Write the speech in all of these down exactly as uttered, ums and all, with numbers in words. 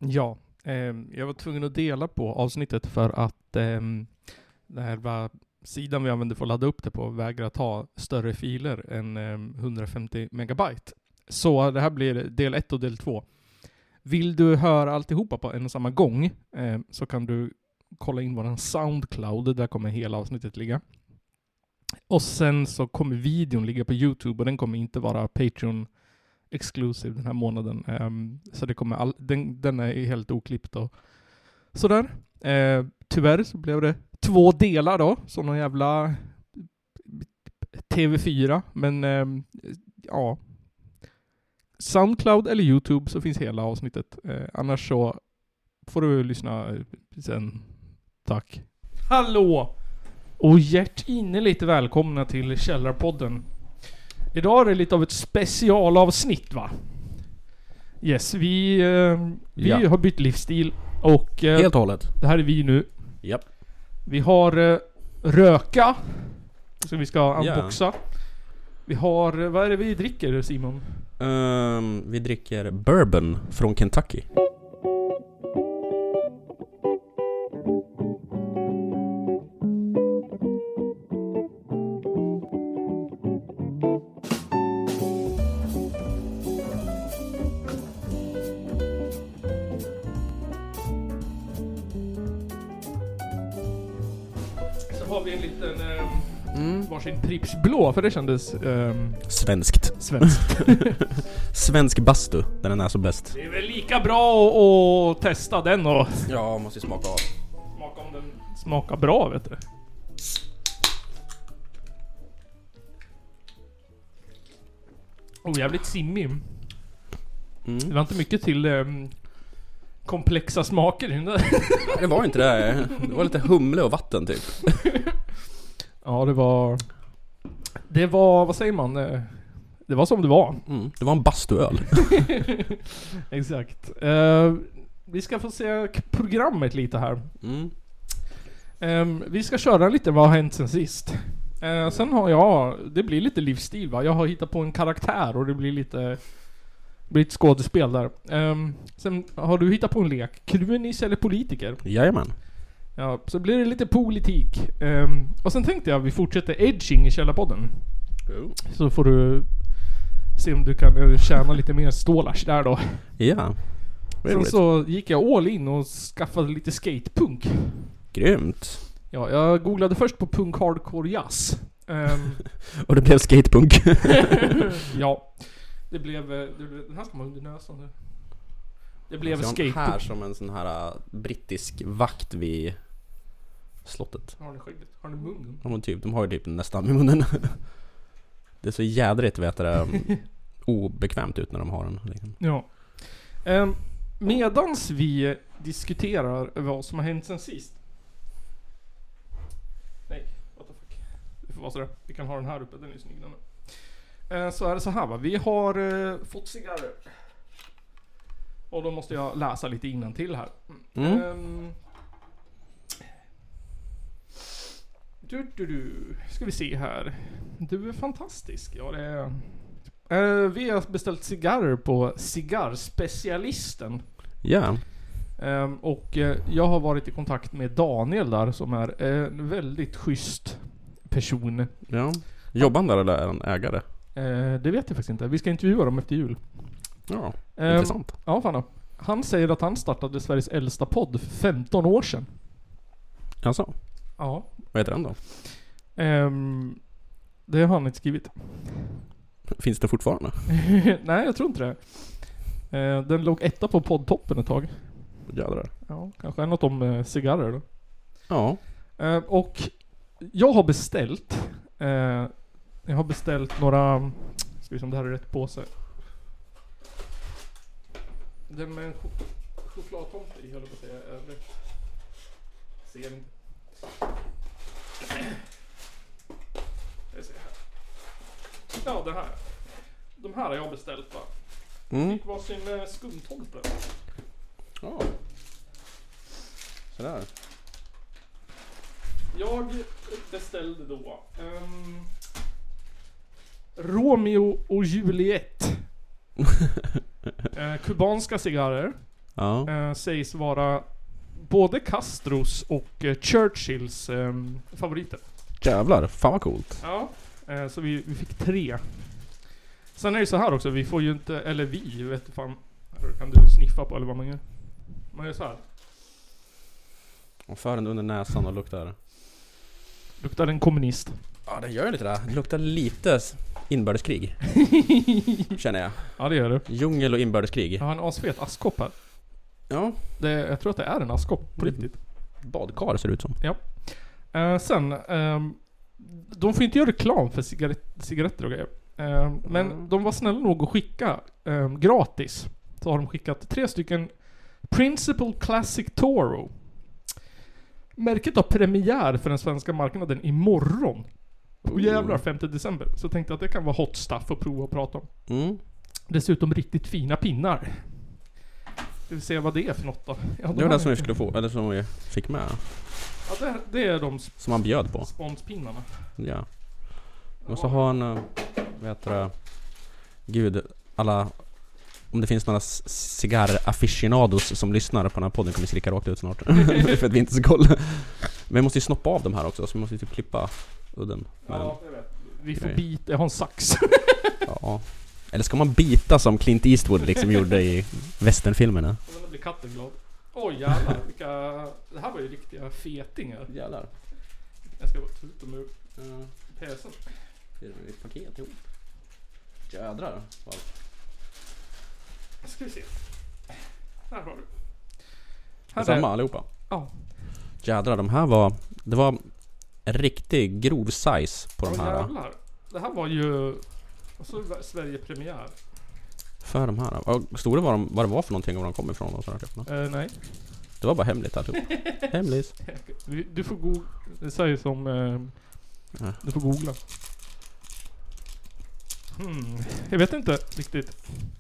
Ja, eh, jag var tvungen att dela på avsnittet för att eh, det här var sidan vi använde för att ladda upp det på vägrar ta större filer än eh, hundrafemtio megabyte. Så det här blir del ett och del två. Vill du höra alltihopa på en och samma gång eh, så kan du kolla in våran Soundcloud, där kommer hela avsnittet ligga. Och sen så kommer videon ligga på YouTube och den kommer inte vara Patreon exclusive den här månaden. Um, så det kommer all, den, den är helt oklippt och sådär. Uh, tyvärr så blev det två delar då, som någon jävla T V fyra. Men um, ja, Soundcloud eller YouTube så finns hela avsnittet. Uh, annars så får du lyssna sen. Tack. Hallå! Och hjärtinnerligt välkomna till Källarpodden. Idag är det lite av ett specialavsnitt, va? Yes, vi, eh, vi ja. har bytt livsstil. Och eh, helt och hållet. Det här är vi nu. Japp. Vi har eh, röka. Så vi ska unboxa. Yeah. Vi har, vad är det vi dricker, Simon? Um, vi dricker bourbon från Kentucky. Har vi en liten eh, mm. varsin Pripps blå, för det kändes eh, svenskt. Svenskt. Svensk bastu, den är så bäst. Det är väl lika bra att, att testa den och ja, måste smaka av. Smaka om den smakar bra, vet du. Oh, jävligt simmig. Mm. Det var inte mycket till eh, komplexa smaker. Det var inte det. Det var lite humle och vatten typ. Ja, det var... Det var, vad säger man? Det var som det var. Mm, det var en bastuöl. Exakt. Uh, vi ska få se programmet lite här. Mm. Um, vi ska köra lite vad har hänt sen sist. Uh, sen har jag... Det blir lite livsstil, va? Jag har hittat på en karaktär och det blir lite... blir ett skådespel där. Um, sen har du hittat på en lek. Krunis eller politiker? Jajamän. Ja, så blir det lite politik. Um, och sen tänkte jag att vi fortsätter edging i Källarpodden. Oh. Så får du se om du kan tjäna lite mer stålars där då. Ja. Sen så gick jag all in och skaffade lite skatepunk. Grymt. Ja, jag googlade först på punk hardcore jazz. Um, och det blev skatepunk. Ja. Det blev, det blev... Den här ska man under näsan nu. Det blev skatepunk. Här som en sån här uh, brittisk vakt vid slottet. Har ni skägget? Har ni munnen? Ja, men typ, de har ju typ nästan i munnen. Det är så jädrigt, vet du, obekvämt ut när de har den. Liksom. Ja. Um, medans vi diskuterar vad som har hänt sen sist. Nej, what the fuck. Det får vara sådär. Vi kan ha den här uppe, den är snygg den. Uh, så är det så här, va. Vi har uh, fått cigarrer. Och då måste jag läsa lite innantill här. Mm. Um, du, du, du. Ska vi se här. Du är fantastisk. Ja, det är... Uh, vi har beställt cigarrer på cigarrspecialisten. Ja. Yeah. Um, och uh, jag har varit i kontakt med Daniel där, som är en väldigt schysst person. Ja. Jobbar han där eller är han ägare? Uh, det vet jag faktiskt inte. Vi ska intervjua dem efter jul. Ja, um, intressant. Ja, fan då. Han säger att han startade Sveriges äldsta podd för femton år sedan. Alltså? Ja. Vad heter den då? Um, det har han inte skrivit. Finns det fortfarande? Nej, jag tror inte det. Uh, den låg etta på poddtoppen ett tag. Jädrar. Ja, kanske är något om uh, cigarrer då. Ja. Uh, och jag har beställt uh, jag har beställt några, ska vi se om det här är rätt påse. Den med en ch- chokladtomte i, höll jag på att säga. Äh, ser inte. Jag ser här. Ja, det här. De här har jag beställt, va? Mm. Fick varsin äh, skumtomte. Ja. Sådär. Jag beställde då um, Romeo och Juliet. eh, kubanska cigarrer. Ja. eh, sägs vara både Castros och eh, Churchills eh, favoriter. Jävlar, fan vad coolt. Ja, eh, så vi, vi fick tre. Sen är det så här också, vi får ju inte, eller vi, vet du fan, kan du sniffa på eller vad man gör? Man gör så här. Och för den under näsan och luktar. Luktar en kommunist. Ja, det gör lite där. Det luktar lite inbördeskrig. Känner jag. Ja, det gör det. Djungel och inbördeskrig. Jag har en asfet askkopp här. Ja. Det, jag tror att det är en askkopp på riktigt. Badkar ser det ut som. Ja. Eh, sen, ehm, de får inte göra reklam för cigarett, cigaretter och grejer. Eh, men Mm. de var snälla nog att skicka ehm, gratis. Så har de skickat tre stycken Principal Classic Toro. Märket har premiär för den svenska marknaden imorgon. Och jävlar, femte december. Så jag tänkte att det kan vara hot stuff att prova att prata om. Mm. Dessutom riktigt fina pinnar. Ska vi se vad det är för något då? Ja, de Det var har det som vi inte- skulle få, eller som vi fick med. Ja, det, det är de Som man bjöd på. sponspinnarna. Ja. Och så har en, eh, vad heter det, gud, alla, om det finns några c- cigarr-aficionados som lyssnar på den här podden kommer skrika rakt ut snart. För att vi inte ska kolla. Men vi måste ju snoppa av de här också, så vi måste ju typ klippa udden. Men, Ja, jag vet. Vi får Okej. bita, jag har en sax. ja. Eller ska man bita som Clint Eastwood liksom gjorde i westernfilmerna? Och då blir katten glad. Oj jävlar, vilka... Det här var ju riktiga fetingar. Jävlar. Jag ska bara ta ut dem ur Uh, pjäsen. det är ett paket ihop. Jädrar. Wow. Ska vi se. Här har du. Det Här är samma allihopa. Ja. Jädrar, de här var... Det var en riktig grov size på de Åh, här. jävlar. Det här var ju... Alltså Sverige-premiär. För de här. Vad stod det vad, de, vad det var för någonting och var de kom ifrån och sådär, typ. Eh, nej. Det var bara hemligt här typ. Hemligt. Du- Du får googla. Det säger som... Eh, Ja. du får googla. Hmm. Jag vet inte riktigt.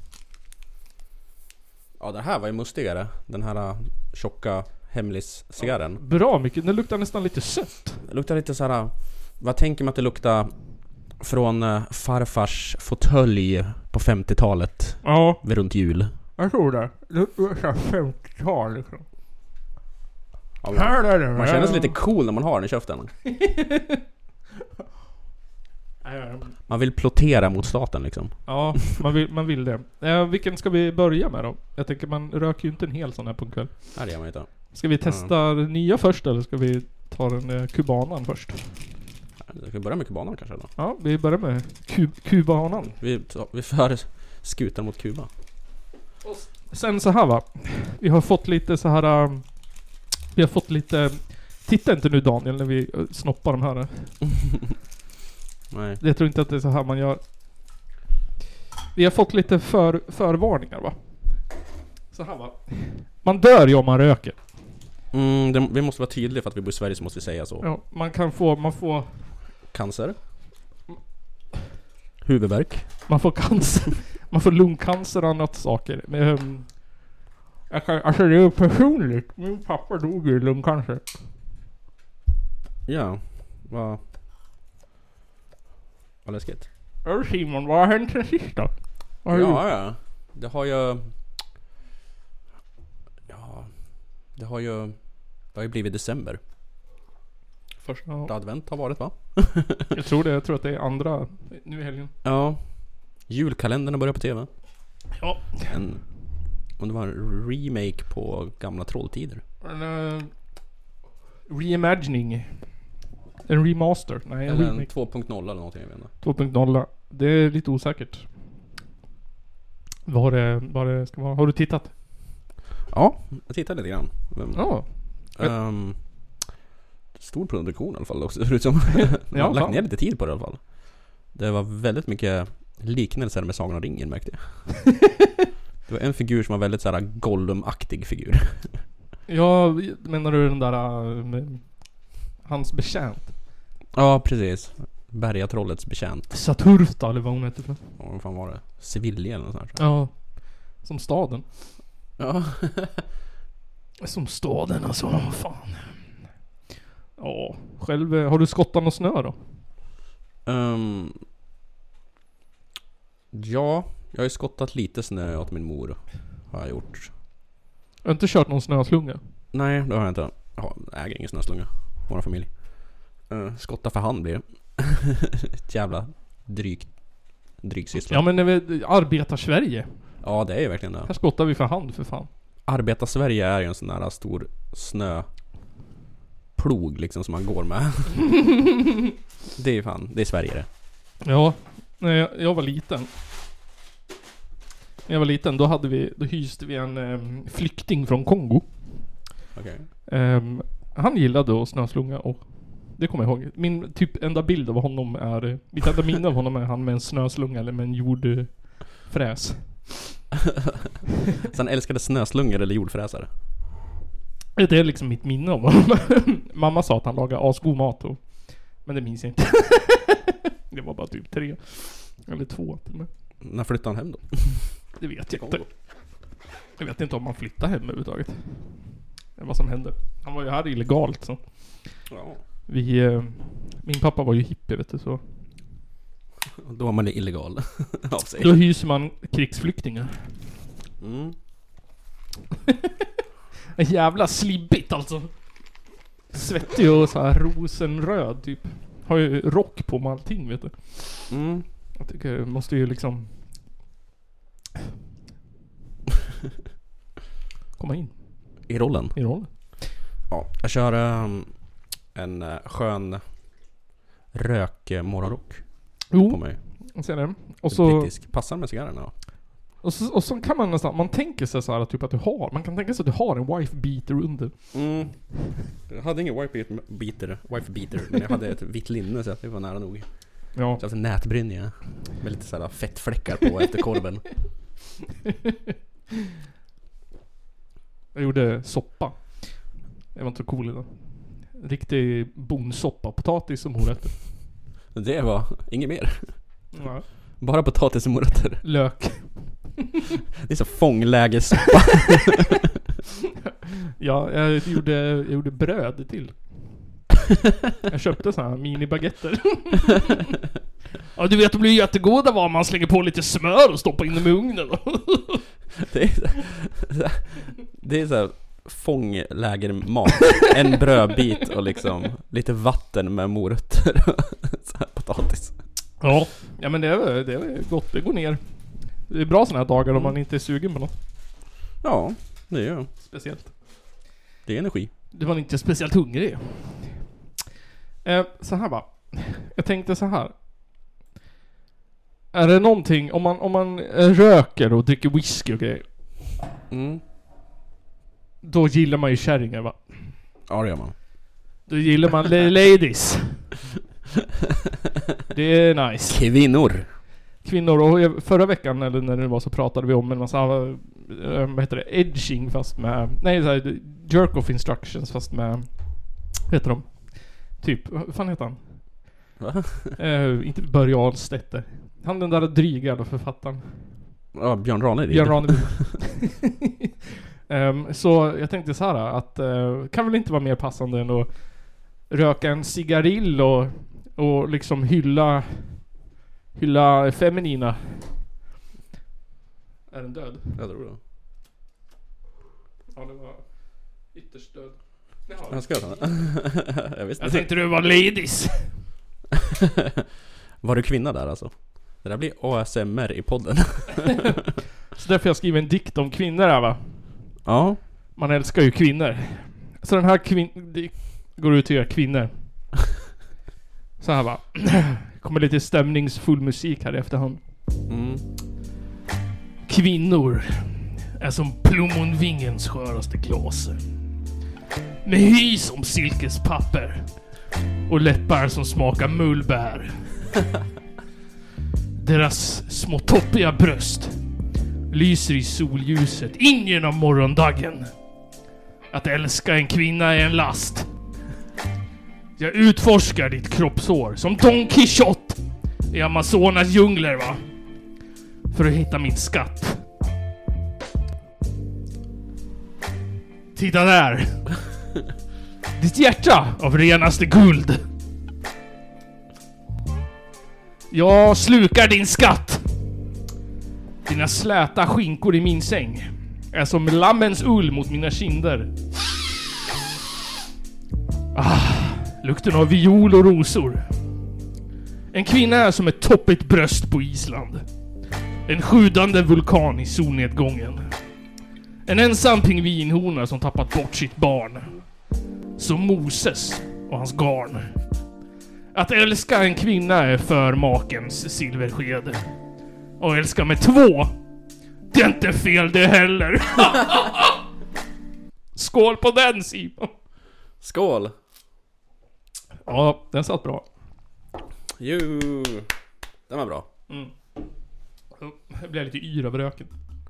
Ja, det här var ju mustigare. Den här uh, tjocka hemlis-cigarren. Bra mycket. Den luktar nästan lite sött. Det luktar lite så här. Vad tänker man att det luktar från uh, farfars fåtölj på femtiotalet Ja. vid runt jul? Jag tror det. Det luktar femtiotal liksom. Ja, man, Här är det. man känner sig lite cool när man har den i käften. Man vill plotera mot staten liksom. Ja, man vill, man vill det. Eh, vilken ska vi börja med då? Jag tänker man röker ju inte en hel sån här på en kväll. Nej, det gör man inte. Ska vi testa nya först eller ska vi ta den eh, kubanan först? Vi kan börja med kubanan kanske då. Ja, vi börjar med ku- kubanan. Vi, tar- vi för skutan mot Kuba. Och sen så här va. Vi har fått lite så här. Um, vi har fått lite... Titta inte nu Daniel när vi uh, snoppar de här. uh. Nej. Jag tror inte att det är så här man gör. Vi har fått lite för, förvarningar va. Så här va. Man dör ju om man röker. Mm, det, vi måste vara tydliga för att vi bor i Sverige så måste vi säga så. Ja, man kan få... Man får... Cancer. Huvudvärk. Man får cancer. Man får lungcancer och annat saker. Men, um, jag kan, alltså det är ju personligt. Min pappa dog i lungcancer. Ja. Vad... Vad läskigt. Ja, Simon, vad har hänt sen sist då? Vad har du gjort? Ja, ja. Det har ju... Ja... Det har ju... Det har ju blivit december. Första Ja. advent har varit va? Jag tror det. Jag tror att det är andra nu i helgen. Ja. Julkalendern har börjat på tv. Ja. En... Om det var en remake på gamla Trolltider. En uh, reimagining. En remaster. Nej, en Eller en remake. två punkt noll eller någonting, jag vet inte. två punkt noll. Det är lite osäkert. Vad det, vad det ska vara. Har du tittat? Ja, jag tittade lite grann. Men, Ja. ehm, stor produktion i alla fall också, ser det ut som. Man Ja, har lagt fan. ner lite tid på det i alla fall. Det var väldigt mycket liknelser med Sagan om ringen, märkte jag. Det var en figur som var väldigt så här Gollum-aktig figur. Ja, menar du den där uh, med hans betjänt? Ja, precis. Bergatrollets betjänt. Saturta eller vad hon heter för. Ja, vad fan var det? Sevilla eller något sånt här. Ja. Som staden. Ja. Som staden alltså. Vad fan. Ja. Själv, eh, har du skottat någon snö då? Um, ja, jag har ju skottat lite snö åt min mor. Har jag gjort. Jag har inte kört någon snöslunga. Nej, det har jag inte. Jag äger ingen snöslunga. Vår familj. Uh, skotta för hand blir det. Ett jävla dryg dryg syssla. Ja, men när vi arbetar Sverige. Ja, det är ju verkligen det. Här skottar vi för hand för fan. Arbeta Sverige är ju en sån där stor snöplog liksom som man går med. Det är ju fan, det är Sverige det. Ja, när jag, jag var liten. När jag var liten, då hade vi, då hyste vi en um, flykting från Kongo. Okej. Okay. Um, han gillade att snöslunga och det kommer jag ihåg. Min typ enda bild av honom är, mitt enda minne av honom är han med en snöslunga eller med en jordfräs. Så han älskade snöslungor eller jordfräsare? Det är liksom mitt minne av honom. Mamma sa att han lagade asgod mat och, men det minns jag inte. Det var bara typ tre eller två till och med. När flyttade han hem då? Det vet jag inte. Jag vet inte om han flyttade hem överhuvudtaget. Det vad som hände. Han var ju här illegalt så. Ja. Vi, eh, min pappa var ju hippie vet du så. Då var man illegal av sig. Då hyser man krigsflyktingar. Mm. En jävla slibbigt alltså. Svettig och så här rosenröd typ. Har ju rock på med allting vet du. Mm. Jag tycker jag måste ju liksom komma in I rollen? I rollen. Ja, jag kör um, en uh, skön rök uh, morgonrock Jo, på mig. Jag ser det. Och så, brittisk. Passar med cigarrerna. och så och så kan man nästan man tänker sig så här typ att du har man kan tänka sig att du har en wife beater under. Mm. Jag hade ingen wife beater, wife beater men jag hade ett vitt linne så att det var nära nog. Ja. Så en nätbrynja med lite sådär fettfläckar på efter korven. Jag gjorde soppa. Det var inte så cool idag. Riktig bonsoppa, potatis och morötter. Det var inget mer. Ja. Bara potatis och morötter. Lök. Det är så fånglägessoppa. Ja, jag gjorde, jag gjorde bröd till. Jag köpte såna här mini-baguetter. Ja, du vet, de blir jättegoda var man slänger på lite smör och stoppar in dem i ugnen. Det är så, det är så här fånglägermat. En brödbit och liksom lite vatten med morötter och så här potatis. Ja, ja men det är, det är gott, det går ner. Det är bra såna här dagar om man inte är sugen på något. Ja, det är ju speciellt. Det är energi. Det var inte speciellt hungrig. Eh, så här va. Jag tänkte så här. Är det någonting om man om man röker och dricker whisky och grejer. Mm. Då gillar man ju kärringar va. Ja, det gör man. Då gillar man ladies. Det är nice. Kvinnor. Kvinnor och förra veckan eller när det var så pratade vi om en massa äh, vad heter det edging fast med nej så här, jerk off instructions fast med vad heter de? Typ vad fan heter han? Va? Uh, inte Börje Ahlstedt. Han den där dryga då författaren. Ja, Björn Ranelid. Björn Ranelid. um, så jag tänkte så här att uh, kan väl inte vara mer passande än att röka en cigarill och och liksom hylla hylla feminina. Är den död? Jag tror det. Ja, det var ytterst död. Jag ska ta. Jag visste. Jag tänkte du var ladies. Var du kvinna där alltså? Det där blir A S M R i podden. Så därför jag skriver en dikt om kvinnor här va? Ja. Man älskar ju kvinnor. Så den här kvin- går ut till er kvinnor. Så här va. Kommer lite stämningsfull musik här i efterhand. Mm. Kvinnor är som plommonvingens sköraste glaser. Med hy som silkespapper och läppar som smakar mullbär. Deras små toppiga bröst lyser i solljuset in genom morgondagen. Att älska en kvinna är en last. Jag utforskar ditt kroppshår som Don Quixote i Amazonas djungler va. För att hitta min skatt. Titta där. Ditt hjärta av renaste guld. Jag slukar din skatt. Dina släta skinkor i min säng. är som lammens ull mot mina kinder. Ah, lukten av viol och rosor. En kvinna är som ett toppigt bröst på Island. En sjudande vulkan i solnedgången. En ensam pingvinhona som tappat bort sitt barn. Som Moses och hans garn. Att älska en kvinna är för makens silversked. Och älska med två, det är inte fel det heller. Skål på den, Simon. Skål! Ja, den satt bra. Jo, den var bra. Mm. Jag blev lite yr av röken.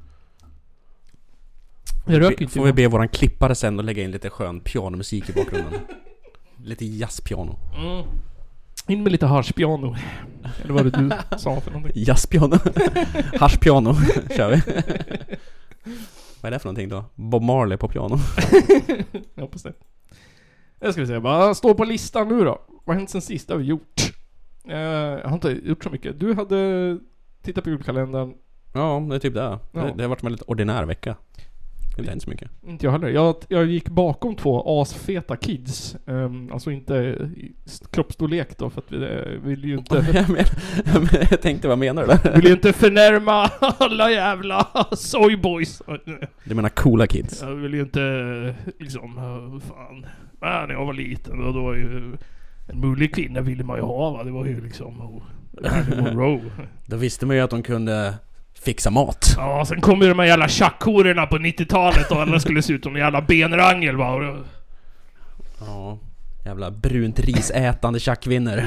Jag röker inte. Får vi be våran klippare sen och lägga in lite skön pianomusik i bakgrunden. Lite jazzpiano. Mm. In med lite harspiano. Eller vad det du sa för någonting? Jazzpiano. Harspiano. Kör vi. Vad är det för någonting då? Bob Marley på piano. Jag hoppas det. Jag ska säga, bara stå på listan nu då. Vad har hänt sen sist har vi gjort? Jag har inte gjort så mycket. Du hade tittat på julkalendern. Ja, det är typ det. Ja. Det, det har varit en väldigt ordinär vecka. Det är inte så mycket. Inte jag heller. Jag, jag gick bakom två asfeta kids. Um, alltså inte i kroppsstorlek då, för att vi uh, vill ju inte... jag, men, jag tänkte, vad menar du där? Vill ju inte förnärma alla jävla soyboys. Du menar coola kids? Jag vill ju inte liksom, uh, fan. Men när jag var liten och då var ju en mullig kvinna ville man ju ha, va? Det var ju liksom oh, Monroe. Då visste man ju att de kunde fixa mat. Ja, sen kom ju de här jävla tjackhororna på nittiotalet och alla skulle se ut som en jävla benrangel, va? Ja, jävla brunt risätande tjackvinner.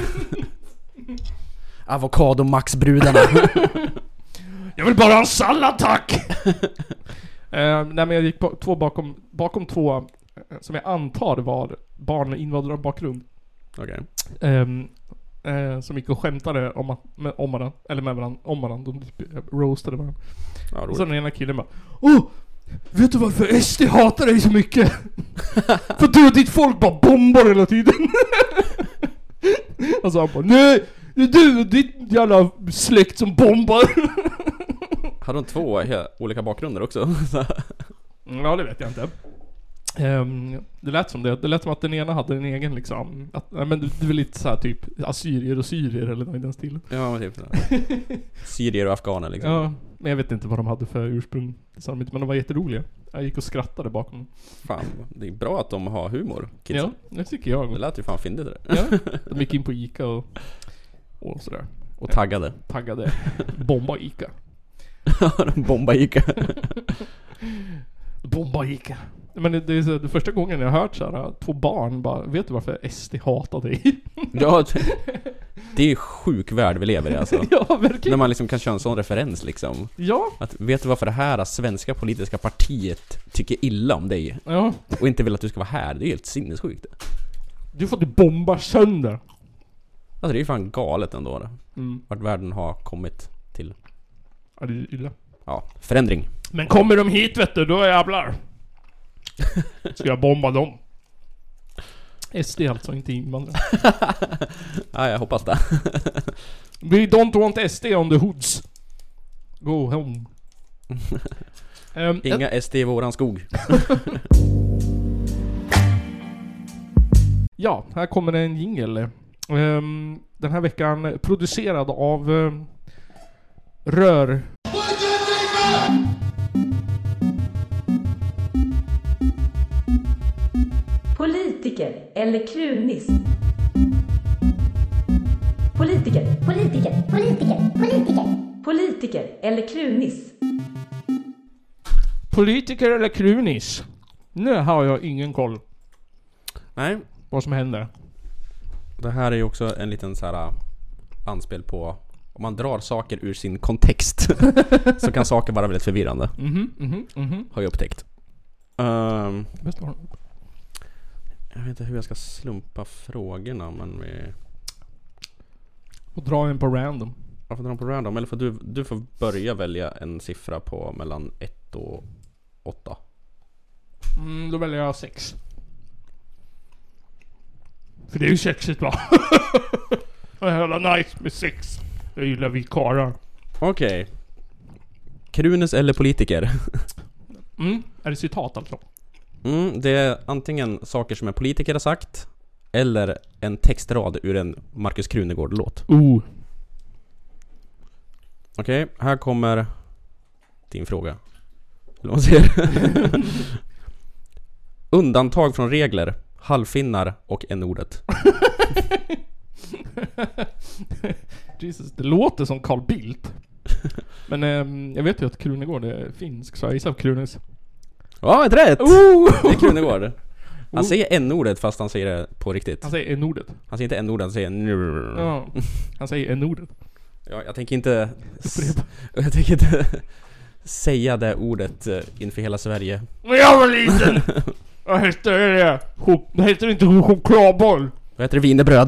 Avokado Max-brudarna. Jag vill bara ha en sallad, tack! uh, nej, men jag gick på, två bakom, bakom två uh, som jag antar var barn med invandrarbakgrund. Okej. Okay. Um, uh, som gick och skämtade om, med, om varandra, eller med varandra, om varandra. De typ roastade varandra. Ja, och så den ena killen bara: åh, vet du varför S D hatar dig så mycket? För du och ditt folk bara bombar hela tiden. Alltså han bara: nej, det är du och ditt jävla släkt som bombar. Hade de två olika bakgrunder också? Ja, det vet jag inte. Um, det lät som det. Det lät som att den ena hade en egen liksom, att, men det, det var lite så här typ assyrier och syrier eller något i den stilen. Ja, typ så. Syrier och afghaner liksom. Ja, men jag vet inte vad de hade för ursprung. Men de var jätteroliga. Jag gick och skrattade bakom. Fan, det är bra att de har humor, kids. Ja, det tycker jag. Det lät ju fan fyndigt det. Ja, de gick in på Ica och, och sådär. Och taggade. Taggade. Bomba Ica. Ja, de bomba Ica. Bomba Ica. Men det, det är så, det första gången jag har hört så här, två barn bara: vet du varför S D hatar dig? Ja, det, det är ju sjuk värld vi lever i alltså. Ja, verkligen. När man liksom kan köra en sån referens liksom. Ja. Att, vet du varför det här svenska politiska partiet tycker illa om dig? Ja. Och inte vill att du ska vara här. Det är helt sinnessjukt. Du får typ bomba sönder. Alltså det är ju fan galet ändå det. Mm. Vart världen har kommit till. Ja, det är illa. Ja, förändring. Men kommer de hit, vet du, då är jävlar. Ska jag bomba dem? S D alltså, inte invandrare. Ja, jag hoppas det. We don't want S D on the hoods. Go home. um, Inga S D i våran skog. Ja, här kommer en jingle. Um, den här veckan producerad av um, Rör. Politiker eller krunis? Politiker, politiker, politiker, politiker. Politiker eller krunis? Politiker eller krunis? Nu har jag ingen koll. Nej. Vad som händer. Det här är ju också en liten så här anspel på, om man drar saker ur sin kontext så kan saker vara väldigt förvirrande. Mhm, mhm, mhm. Har jag upptäckt. Um, Bäst har du. Jag vet inte hur jag ska slumpa frågorna, men vi... Och dra en på random. Varför dra på random? Eller för du, du får börja välja en siffra på mellan ett och åtta. Mm, då väljer jag sex. För det är ju sexigt, va? Det är jävla nice med sex. Jag gillar vi karar. Okej. Okay. Krunis eller politiker? Mm. Är det citat alltså? Mm, det är antingen saker som en politiker har sagt eller en textrad ur en Markus Krunegård-låt. Oh. Okej, okay, här kommer din fråga. Eller vad säger undantag från regler, halvfinnar och n-ordet. Jesus, det låter som Carl Bildt. Men eh, jag vet ju att Krunegård är finsk, så jag gissar på Krunis. Ja, ett rätt! Oh! Det är Krunegård. Han säger n-ordet fast han säger det på riktigt. Han säger n-ordet. Han säger inte n-ordet, han säger n- Ja, han säger n-ordet. Ja, jag tänker inte s- Jag tänker inte säga det ordet inför hela Sverige. När jag var liten, vad hette det? Chok- det heter inte chokladboll. Vad heter det? Wienerbröd.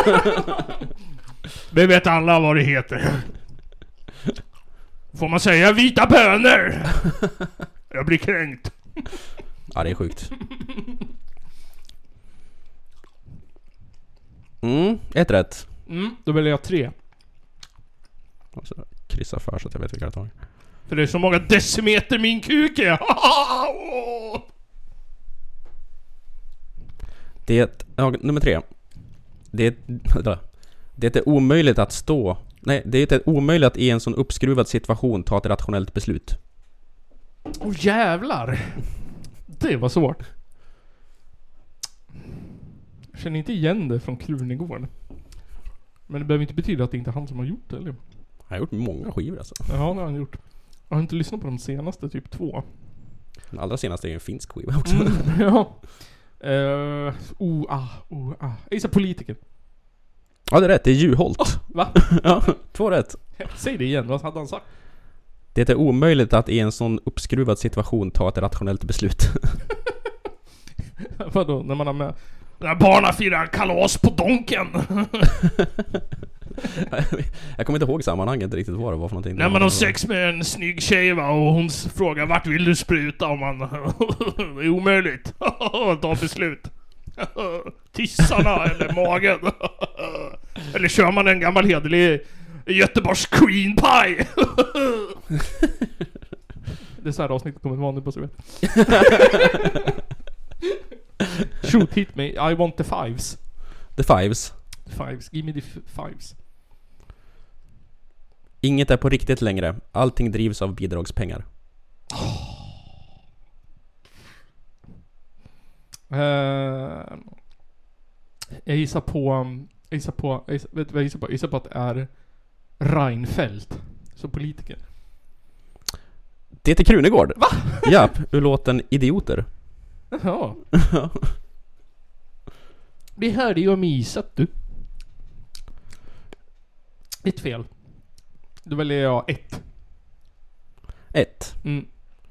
Det vet alla vad det heter. Får man säga vita bönor? Jag blir kränkt. Ja, det är sjukt. Mm, ett rätt. Mm, då väljer jag tre. Alltså, kryssa för så att jag vet vilka jag tar. För det är så många decimeter min kuk är. Det, ja, nummer tre. Det, det är omöjligt att stå. Nej, det är omöjligt att i en sån uppskruvad situation ta ett rationellt beslut. Åh oh, jävlar. Det var svårt. Jag känner inte igen det från Krunegård. Men det behöver inte betyda att det inte är han som har gjort det, eller? Han har gjort många skivor alltså. Ja, det har han gjort. Jag har inte lyssnat på de senaste, typ två. Den allra senaste är ju en finsk skiva också. Mm, ja. Uh, oh, ah, oh, ah. Jag gissar politiker. Ja, det är rätt. Det är Juholt. Oh, va? Ja, två rätt. Säg det igen, vad hade han sagt? Det är omöjligt att i en sån uppskruvad situation ta ett rationellt beslut. Vadå, när man har med... När barna firar kalas på donken. Jag kommer inte ihåg sammanhanget riktigt vad det var för någonting. När man har sex med en snygg tjej, va, och hon frågar vart vill du spruta, om man... Det är omöjligt att ta beslut. Tissarna eller magen. Eller kör man en gammal hederlig Göteborgs Queen Pie. Det är så här avsnittet kommer vara nu på så vet. Shoot, hit me, I want the fives. The fives. Fives, give me the f- fives. Inget är på riktigt längre. Allting drivs av bidragspengar. Uh, jag gissar på... Jag gissar på... Jag gissar, vet du vad jag gissar på? Jag gissar på att det är Reinfeldt. Så politiker. Det är Krunegård. Va? Japp, ur låten Idioter. Ja. Vi hörde ju om isat, du. Ett fel. Då väljer jag ett. Ett. Mm.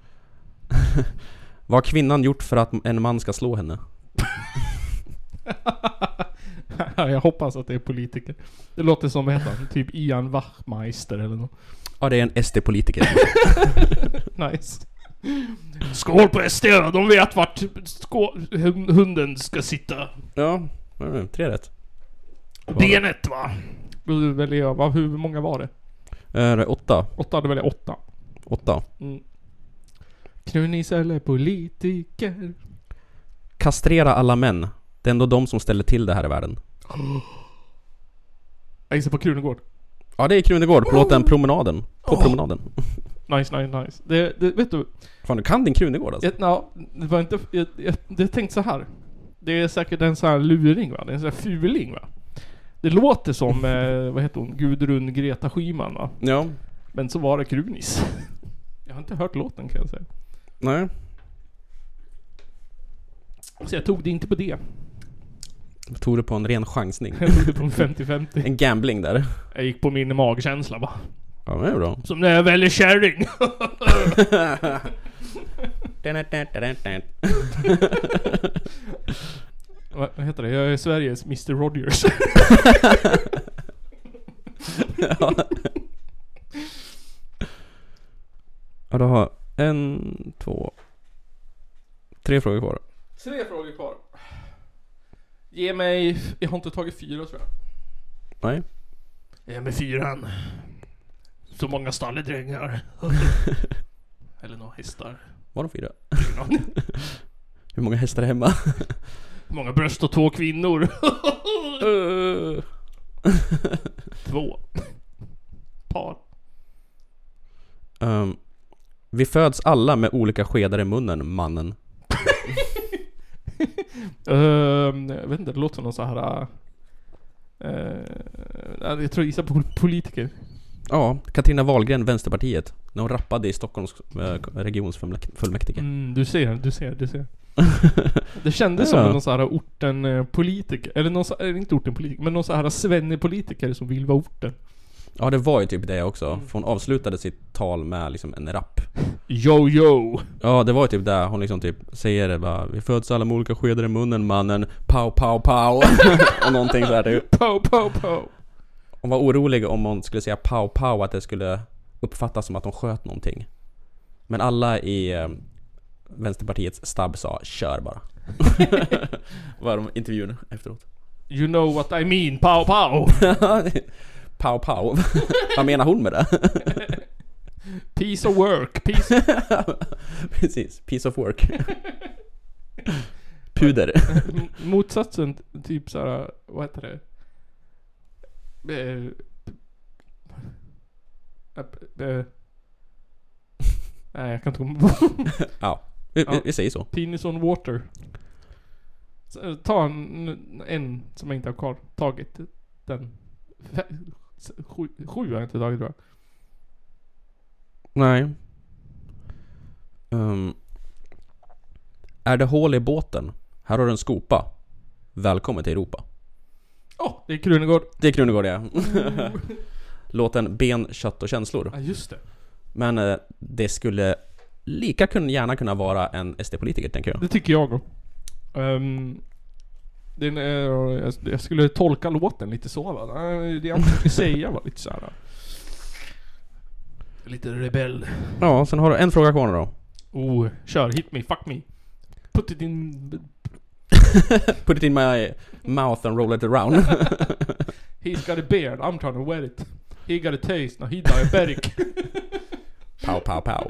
Vad har kvinnan gjort för att en man ska slå henne? Jag hoppas att det är politiker. Det låter som, vad heter han? Typ Ian Wachtmeister eller något. Ja, det är en S D-politiker. Nice. Skål på S D, de vet vart skål, hunden ska sitta. Ja, tre rätt. Benet, va? Då väljer jag, va? Hur många var det? Eh, åtta. Åtta, då väljer jag åtta. Åtta. Mm. Krunis eller politiker? Kastrera alla män. Det är ändå de som ställer till det här i världen. Jag gissar på Krunegård. Ja, det är Krunegård på låten Promenaden. På oh. Promenaden. Nice, nice, nice. Det, det, vet du... Fan, du kan din Krunegård alltså. Jag, no, det var inte... Jag, jag, jag tänkte så här. Det är säkert en sån här luring, va? Det är en sån här fuling, va? Det låter som, eh, vad heter hon? Gudrun Greta Schyman, va? Ja. Men så var det Krunis. Jag har inte hört låten, kan jag säga. Nej. Så jag tog det inte på det. Jag tog det på en ren chansning. Jag tog det på en femtio femtio. En gambling där. Jag gick på min magkänsla, va? Ja, det är bra. Som när jag väljer kärring. Vad heter det? Jag är Sveriges mister Rogers. Ja. Ja, då har en, två, tre frågor kvar. Tre frågor kvar. Ge mig... Jag har inte tagit fyra, tror jag. Nej. Ge mig fyran. Så många stalledrängar. Eller några hästar. Var de fyra? Hur många hästar är hemma? Hur många bröst och två kvinnor? Två. Par. Um, vi föds alla med olika skedar i munnen, mannen. uh, jag vet inte, det låter som någon så här... Uh, jag tror jag gissar på politiker. Ja, Katarina Wahlgren, Vänsterpartiet. När hon rappade i Stockholms äh, regionsfullmäktige. Mm, du ser, du ser, du ser. Det kändes ja. som någon så här orten politiker. Eller någon så, eller inte orten politiker, men någon så här svennepolitiker som vill vara orten. Ja, det var ju typ det också. För hon avslutade sitt tal med liksom en rap. Yo, yo! Ja, det var ju typ där hon liksom typ säger det bara: vi föds alla med olika skedar i munnen, mannen. Pow, pow, pow. Och någonting så här typ. Pow, pow, pow. Hon var orolig om hon skulle säga pow, pow, att det skulle uppfattas som att hon sköt någonting. Men alla i eh, Vänsterpartiets stab sa: kör bara. Var de intervjun efteråt? You know what I mean, pow, pow. Pow, pow. Vad menar hon med det? Piece of work, piece... Precis, piece of work. Puder. Motsatsen, typ såhär, vad heter det? Eh, eh, eh, nej, jag kan inte komma på. Ja, vi, vi, vi säger så. Penis on water. Så, ta en, en som jag inte har kvar tagit den. Sju, sju har jag inte tagit, tror jag. Nej. Um, är det hål i båten? Här har du en skopa. Välkommen till Europa. Åh, oh, det är Krunegård. Det är Krunegård, ja. Låten Ben, kött och känslor. Ja, just det. Men eh, det skulle lika kun, gärna kunna vara en S D-politiker, tänker jag. Det tycker jag också. Um, den är, jag, jag skulle tolka låten lite så, va? Det jag skulle säga var lite så här. Lite rebell. Ja, sen har du en fråga kvar nu då. Oh, kör, hit me, fuck me. Put it in... Put it in my mouth and roll it around. He's got a beard, I'm trying to wear it. He got a taste, now he diabetic. Pow, pow, pow.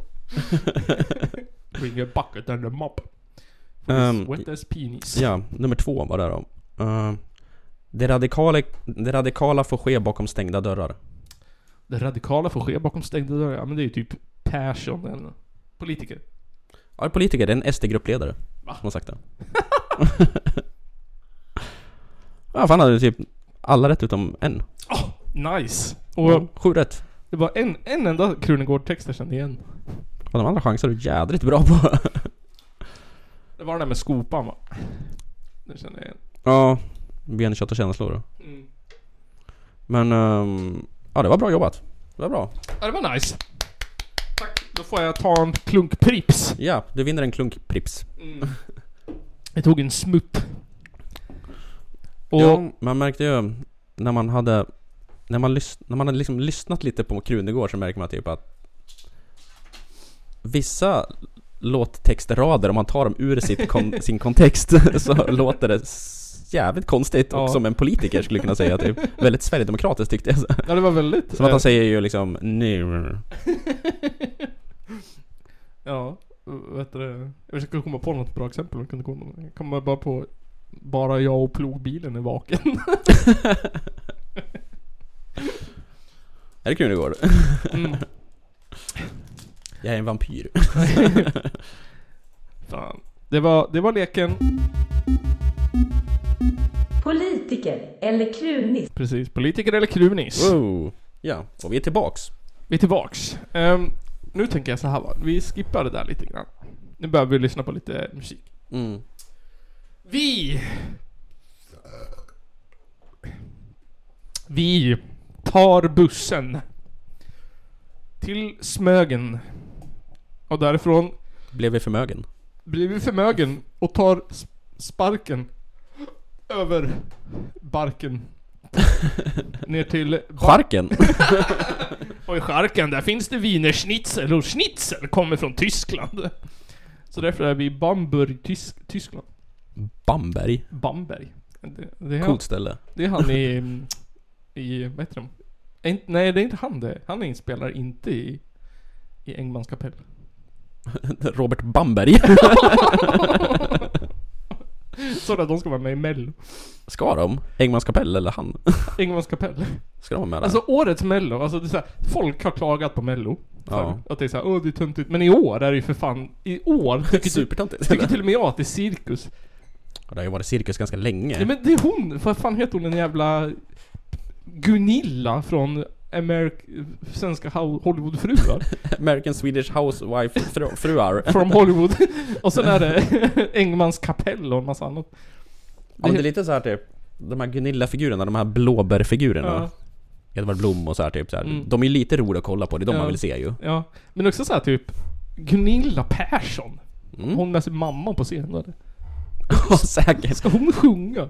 Bring a bucket and a mop. Um, Wet as penis. Ja, nummer två var det då. Uh, det, radikala, det radikala får ske bakom stängda dörrar. Det radikala får ske bakom stängda dörrar. Ja, men det är ju typ Persson, en politiker. Ja, politiker, det är en S D-gruppledare. Va? Som har sagt det. Ja, fan hade typ alla rätt utom en. Oh, nice. Och ja, sju rätt. Det var en, en enda Krunegård-text jag kände igen. Och de andra chanser är du jädrigt bra på. Det var den där med skopan, va? Det kände jag igen. Ja, ben, kött och känslor. Mm. Men, um, ja, det var bra jobbat. Det var bra. Ja, det var nice. Tack. Då får jag ta en klunk Prips. Ja, du vinner en klunk Prips. Mm. Jag tog en smutt. Och ja, man märkte ju när man hade när man, lys- när man hade liksom lyssnat lite på Krunegård, så märker man typ att vissa låttextrader, om man tar dem ur sitt kon- sin kontext, så låter det jävligt konstigt. Ja. Och som en politiker skulle kunna säga typ, väldigt sverigedemokratiskt tyckte jag. Ja, det var väldigt. Som att han säger ju liksom nej. Ja, vet du, jag försöker komma på något bra exempel. Jag kunde komma, jag kommer bara på bara jag och plogbilen är vaken. Är det Krunegård? Mm. Jag är en vampyr. Fan. Det var, det var leken. Politiker eller krunis. Precis, politiker eller krunis. Wow. Ja, och vi är tillbaks. Vi är tillbaks. Um, nu tänker jag så här, va? Vi skippar det där lite grann. Nu börjar vi lyssna på lite musik. Mm. Vi Vi tar bussen till Smögen. Och därifrån Blev vi förmögen? blir vi förmögen och tar sparken över barken ner till Charken. Och i Charken där finns det wienerschnitzel, och schnitzel kommer från Tyskland. Så därför är vi i Bamberg, Tysk, Tyskland. Bamberg. Bamberg. Det, det är Coolt ställe. Det är han i i vad heter de? Nej, det är inte han det. Han är inspelare inte i i Engmans kapell. Robert Bamberg. Så att de ska vara med i Mello. Ska de? Engmans kapell eller han? Engmans kapell. Ska de vara med där? Alltså årets Mello, alltså det är så här, folk har klagat på Mello. Ja. Att det är så här, åh det är töntigt. Men i år är det ju för fan, i år tycker, Supertöntigt. tycker till och med jag att det är cirkus. Det har ju varit cirkus ganska länge. Nej men det är hon, vad fan heter hon, den jävla Gunilla från Amerik- svenska Hollywoodfruar. American Swedish Housewife fru- fruar. From Hollywood. Och sen är det Engmans kapell och en massa annat. Ja, men det är lite så här typ, de här Gunilla-figurerna, de här blåbärfigurerna. Ja. Edvard Blom och så här typ så här. Mm. De är ju lite roliga att kolla på, det är de Ja. man vill se ju. Ja, men också så här typ Gunilla Persson. Mm. Hon med sin mamma på scenen. Eller? Ja, säkert. Ska hon sjunga?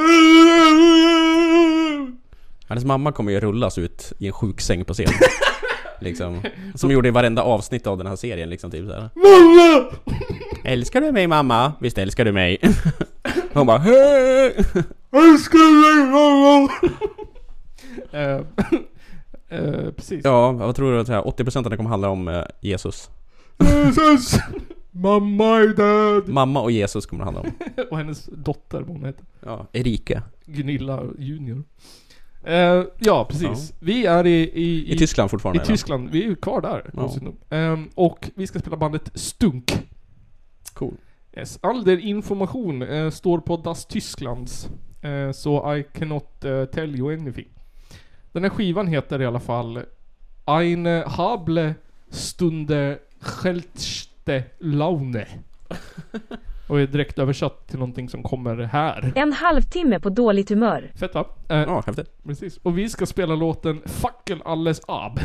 Hennes mamma kommer ju rullas ut i en sjuksäng på scen. Liksom. Som gjorde i varenda avsnitt av den här serien liksom typ så här. Mamma! Älskar du mig mamma? Visst älskar du mig? Hon bara hej! Älskar du mig mamma? uh, uh, precis. Ja, vad tror du att åttio procent av det kommer handla om uh, Jesus? Jesus! Mamma är död! Mamma och Jesus kommer det handla om. Och hennes dotter, vad hon heter. Ja, Erika. Gunilla junior. Uh, ja, precis. Ja. Vi är i... I, I Tyskland fortfarande. I Tyskland. Vi är ju kvar där. Ja. Um, och vi ska spela bandet Stunk. Cool. Yes. All den information uh, står på Das Tysklands. Uh, so I cannot uh, tell you anything. Den här skivan heter i alla fall Eine hable Stunde Schältste Laune. Och är direkt översatt till någonting som kommer här. En halvtimme på dåligt humör. Fett va? Uh, Ja, häftigt. Precis. Och vi ska spela låten Fackel alles ab.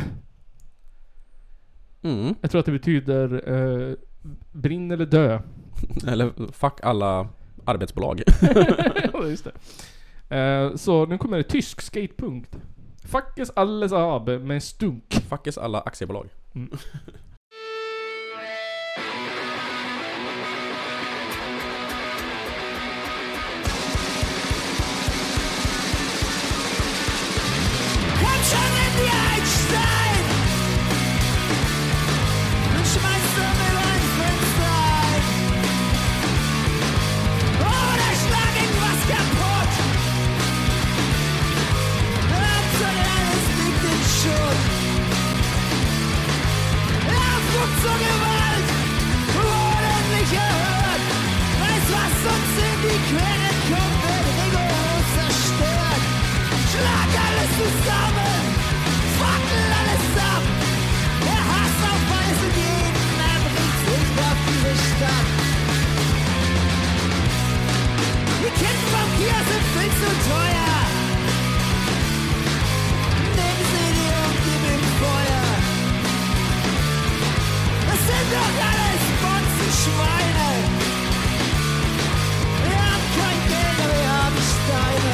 Mm. Jag tror att det betyder uh, brinn eller dö. Eller fuck alla arbetsbolag. Ja, just det. Uh, så nu kommer det tysk skatepunkt. Fackes alles ab med Stunk. Fuckes alla aktiebolag. Mm. Komm schon in die Einstein und schmeißt du mir ein Fenster ein. Oder schlag irgendwas kaputt. Hauptsache alles liegt in Schutt. Aufruf zur Gewalt, unendlich erhört. Weiß, was uns in die Quere kommt, wird rigoros zerstört. Schlag alles zusammen, fackel alles ab. Der Hass auf alles und jeden erbringt sich auf diese Stadt. Die Ketten vom Kia sind viel zu teuer. Nehmen Sie die und gib ihm Feuer. Das sind doch alles Bonzenschweine. Wir haben kein Geld, aber wir haben Steine.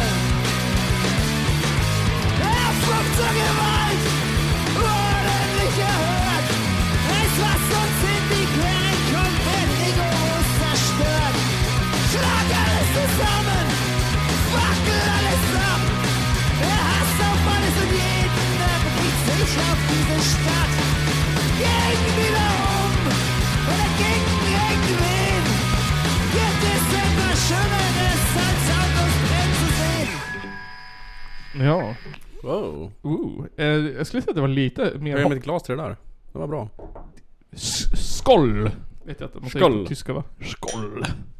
Aufruf zur Gewalt, unendlich erhört. Weiß, was uns in die Quere kommt, wird rigoros zerstört. Schlag alles zusammen, fackel alles ab. Der Hass auf alles und jeden, der bricht sich auf diese Stadt. Gegen wieder um, oder gegen irgendwen. Gibt es etwas Schöneres, als Autos brennen zu sehen? Ja. Wow. Uh, eh, jag skulle säga att det var lite mer... Jag gör med ett glas till det där. Det var bra. S- skoll! Vet jag att man säger Skoll. på tyska va? Skoll.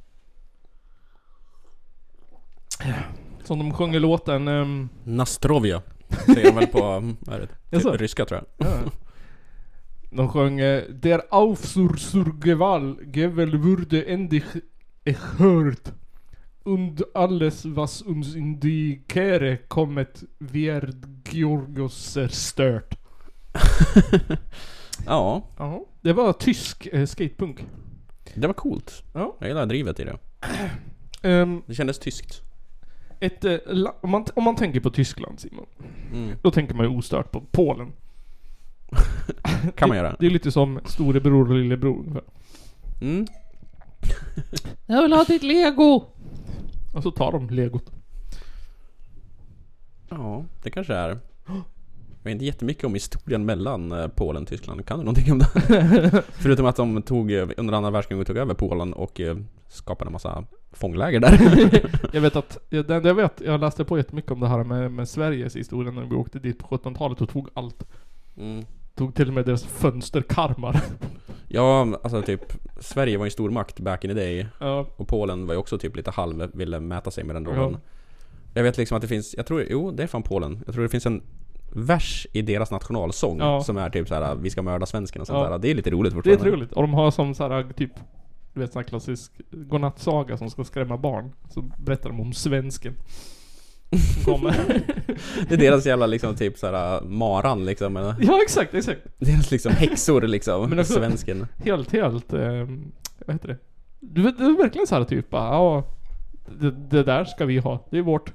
Som de sjunger låten... Um, Nastrovia. Säger de väl på vad är det? Jaså? Typ ryska tror jag. ja. De sjöng eh, Der Aufsursurgeval Gevel wurde endlich erhört und alles was uns in die Quere kommet wird Georgios zerstört. Ja, Ja, det var tysk eh, skatepunk. det var coolt. Ja. Jag gillar drivet i det. Um, Det kändes tyskt. ett, eh, la- om, man, om man tänker på Tyskland Simon, Mm. då tänker man ju ostört på Polen. Kan man det, göra. Det är lite som storebror och lillebror ungefär. Mm. Jag vill ha ditt lego! Och så tar de legot. Ja, det kanske är. vet inte jättemycket om historien mellan eh, Polen och Tyskland. Kan du någonting om det? Förutom att de tog eh, under andra världskriget tog över Polen och eh, skapade en massa fångläger där. Jag vet att, jag, det, jag vet, jag läste på jättemycket om det här med, med Sveriges historia när vi åkte dit på sjuttonhundratalet och tog allt. Mm. Tog till och med deras fönsterkarmar. Ja, alltså typ Sverige var en stor makt back in the day. Ja. Och Polen var ju också typ lite halv ville mäta sig med den rollen. Ja. Jag vet liksom att det finns, jag tror, jo det är fan Polen. Jag tror det finns en vers i deras nationalsång Ja. som är typ såhär, vi ska mörda svensken och sånt Ja. där. Det är lite roligt Det är fortfarande. roligt. Och de har som så här typ, du vet, sån här klassisk godnattsaga som ska skrämma barn. Så berättar de om svensken. Kommer. Det är deras jävla liksom typ såhär maran liksom. eller- Ja, exakt, exakt. Deras liksom häxor liksom. Men också- svensken. Helt, helt, eh, vad heter det? Du vet, det är verkligen så här typ, bara, ja, det, det där ska vi ha. Det är vårt.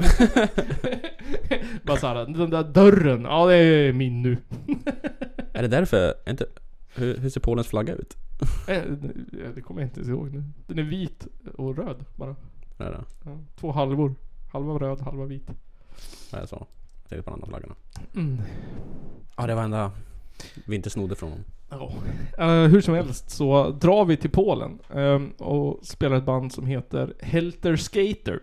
Bara så här, den där dörren, ja det är min nu. Är det därför, inte, hur, hur ser Polens flagga ut? Eh, Det kommer jag inte ens ihåg nu. Den är vit och röd bara. Är det, Ja, två halvor. Halva röd, halva vit. är det så? Jag tänkte på den andra flaggan. Mm. Ja, det var enda vi inte snodde från dem. Ja. Eh, hur som helst så drar vi till Polen ehm, och spelar ett band som heter Helter Skater.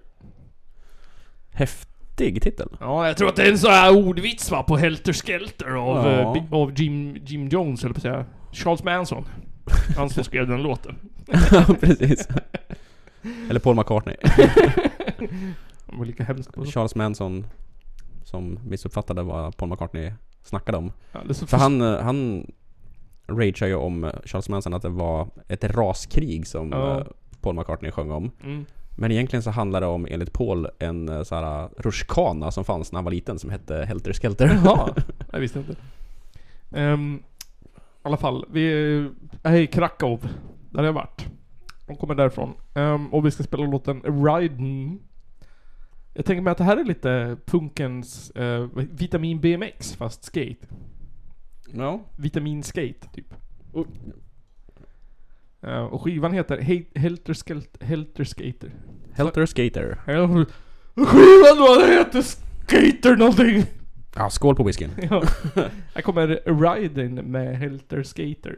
Häftig titel. Ja, jag tror att det är en sån här ordvits va, på Helter Skelter av, Ja. eh, Bi- av Jim, Jim Jones, eller på att säga. Charles Manson. Han som skrev den låten. Ja, precis. Eller Paul McCartney. Det var lika hemskt på det. Charles Manson som missuppfattade vad Paul McCartney snackade om. Ja, det är så För han, han ragear ju om Charles Manson att det var ett raskrig som Ja. eh, Paul McCartney sjöng om. Mm. Men egentligen så handlar det om, enligt Paul, en eh, så här rutschkana som fanns när han var liten som hette Helter Skelter. Jaha, jag visste inte. Um, I alla fall, vi är i Krakow, där har jag varit. De kommer därifrån. Um, och vi ska spela låten Riden. Jag tänker mig att det här är lite punkens uh, Vitamin B M X fast skate. Ja. Vitamin skate, typ. Och, uh, och skivan heter He- Helter, Skelt- Helter Skater. Helter Skater. Hel- Skivan då, det heter Skater någonting. Ja, skål på whiskyn. Ja. Här kommer Riden med Helter Skater.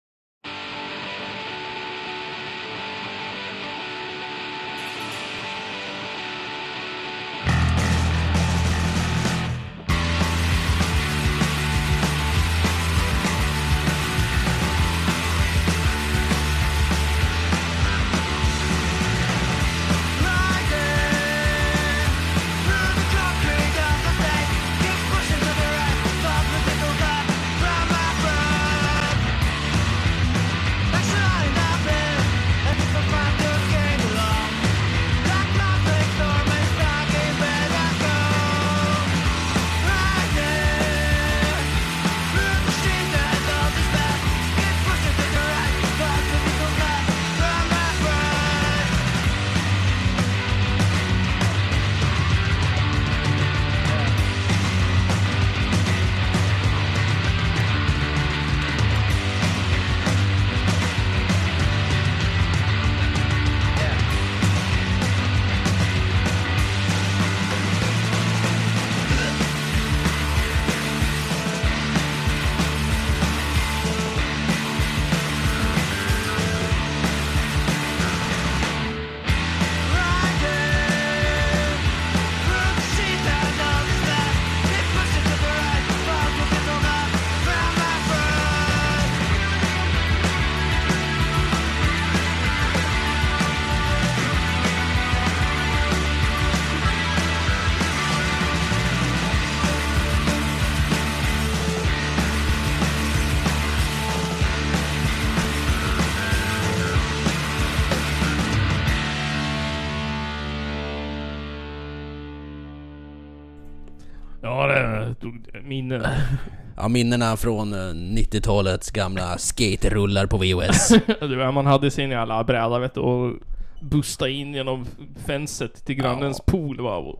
Ja, det tog minnen. Ja, minnena från eh, nittiotalets gamla skaterrullar på V H S. Du vet, man hade sin jävla bräda vet du, och busta in genom fenset till grannens Ja. pool va, och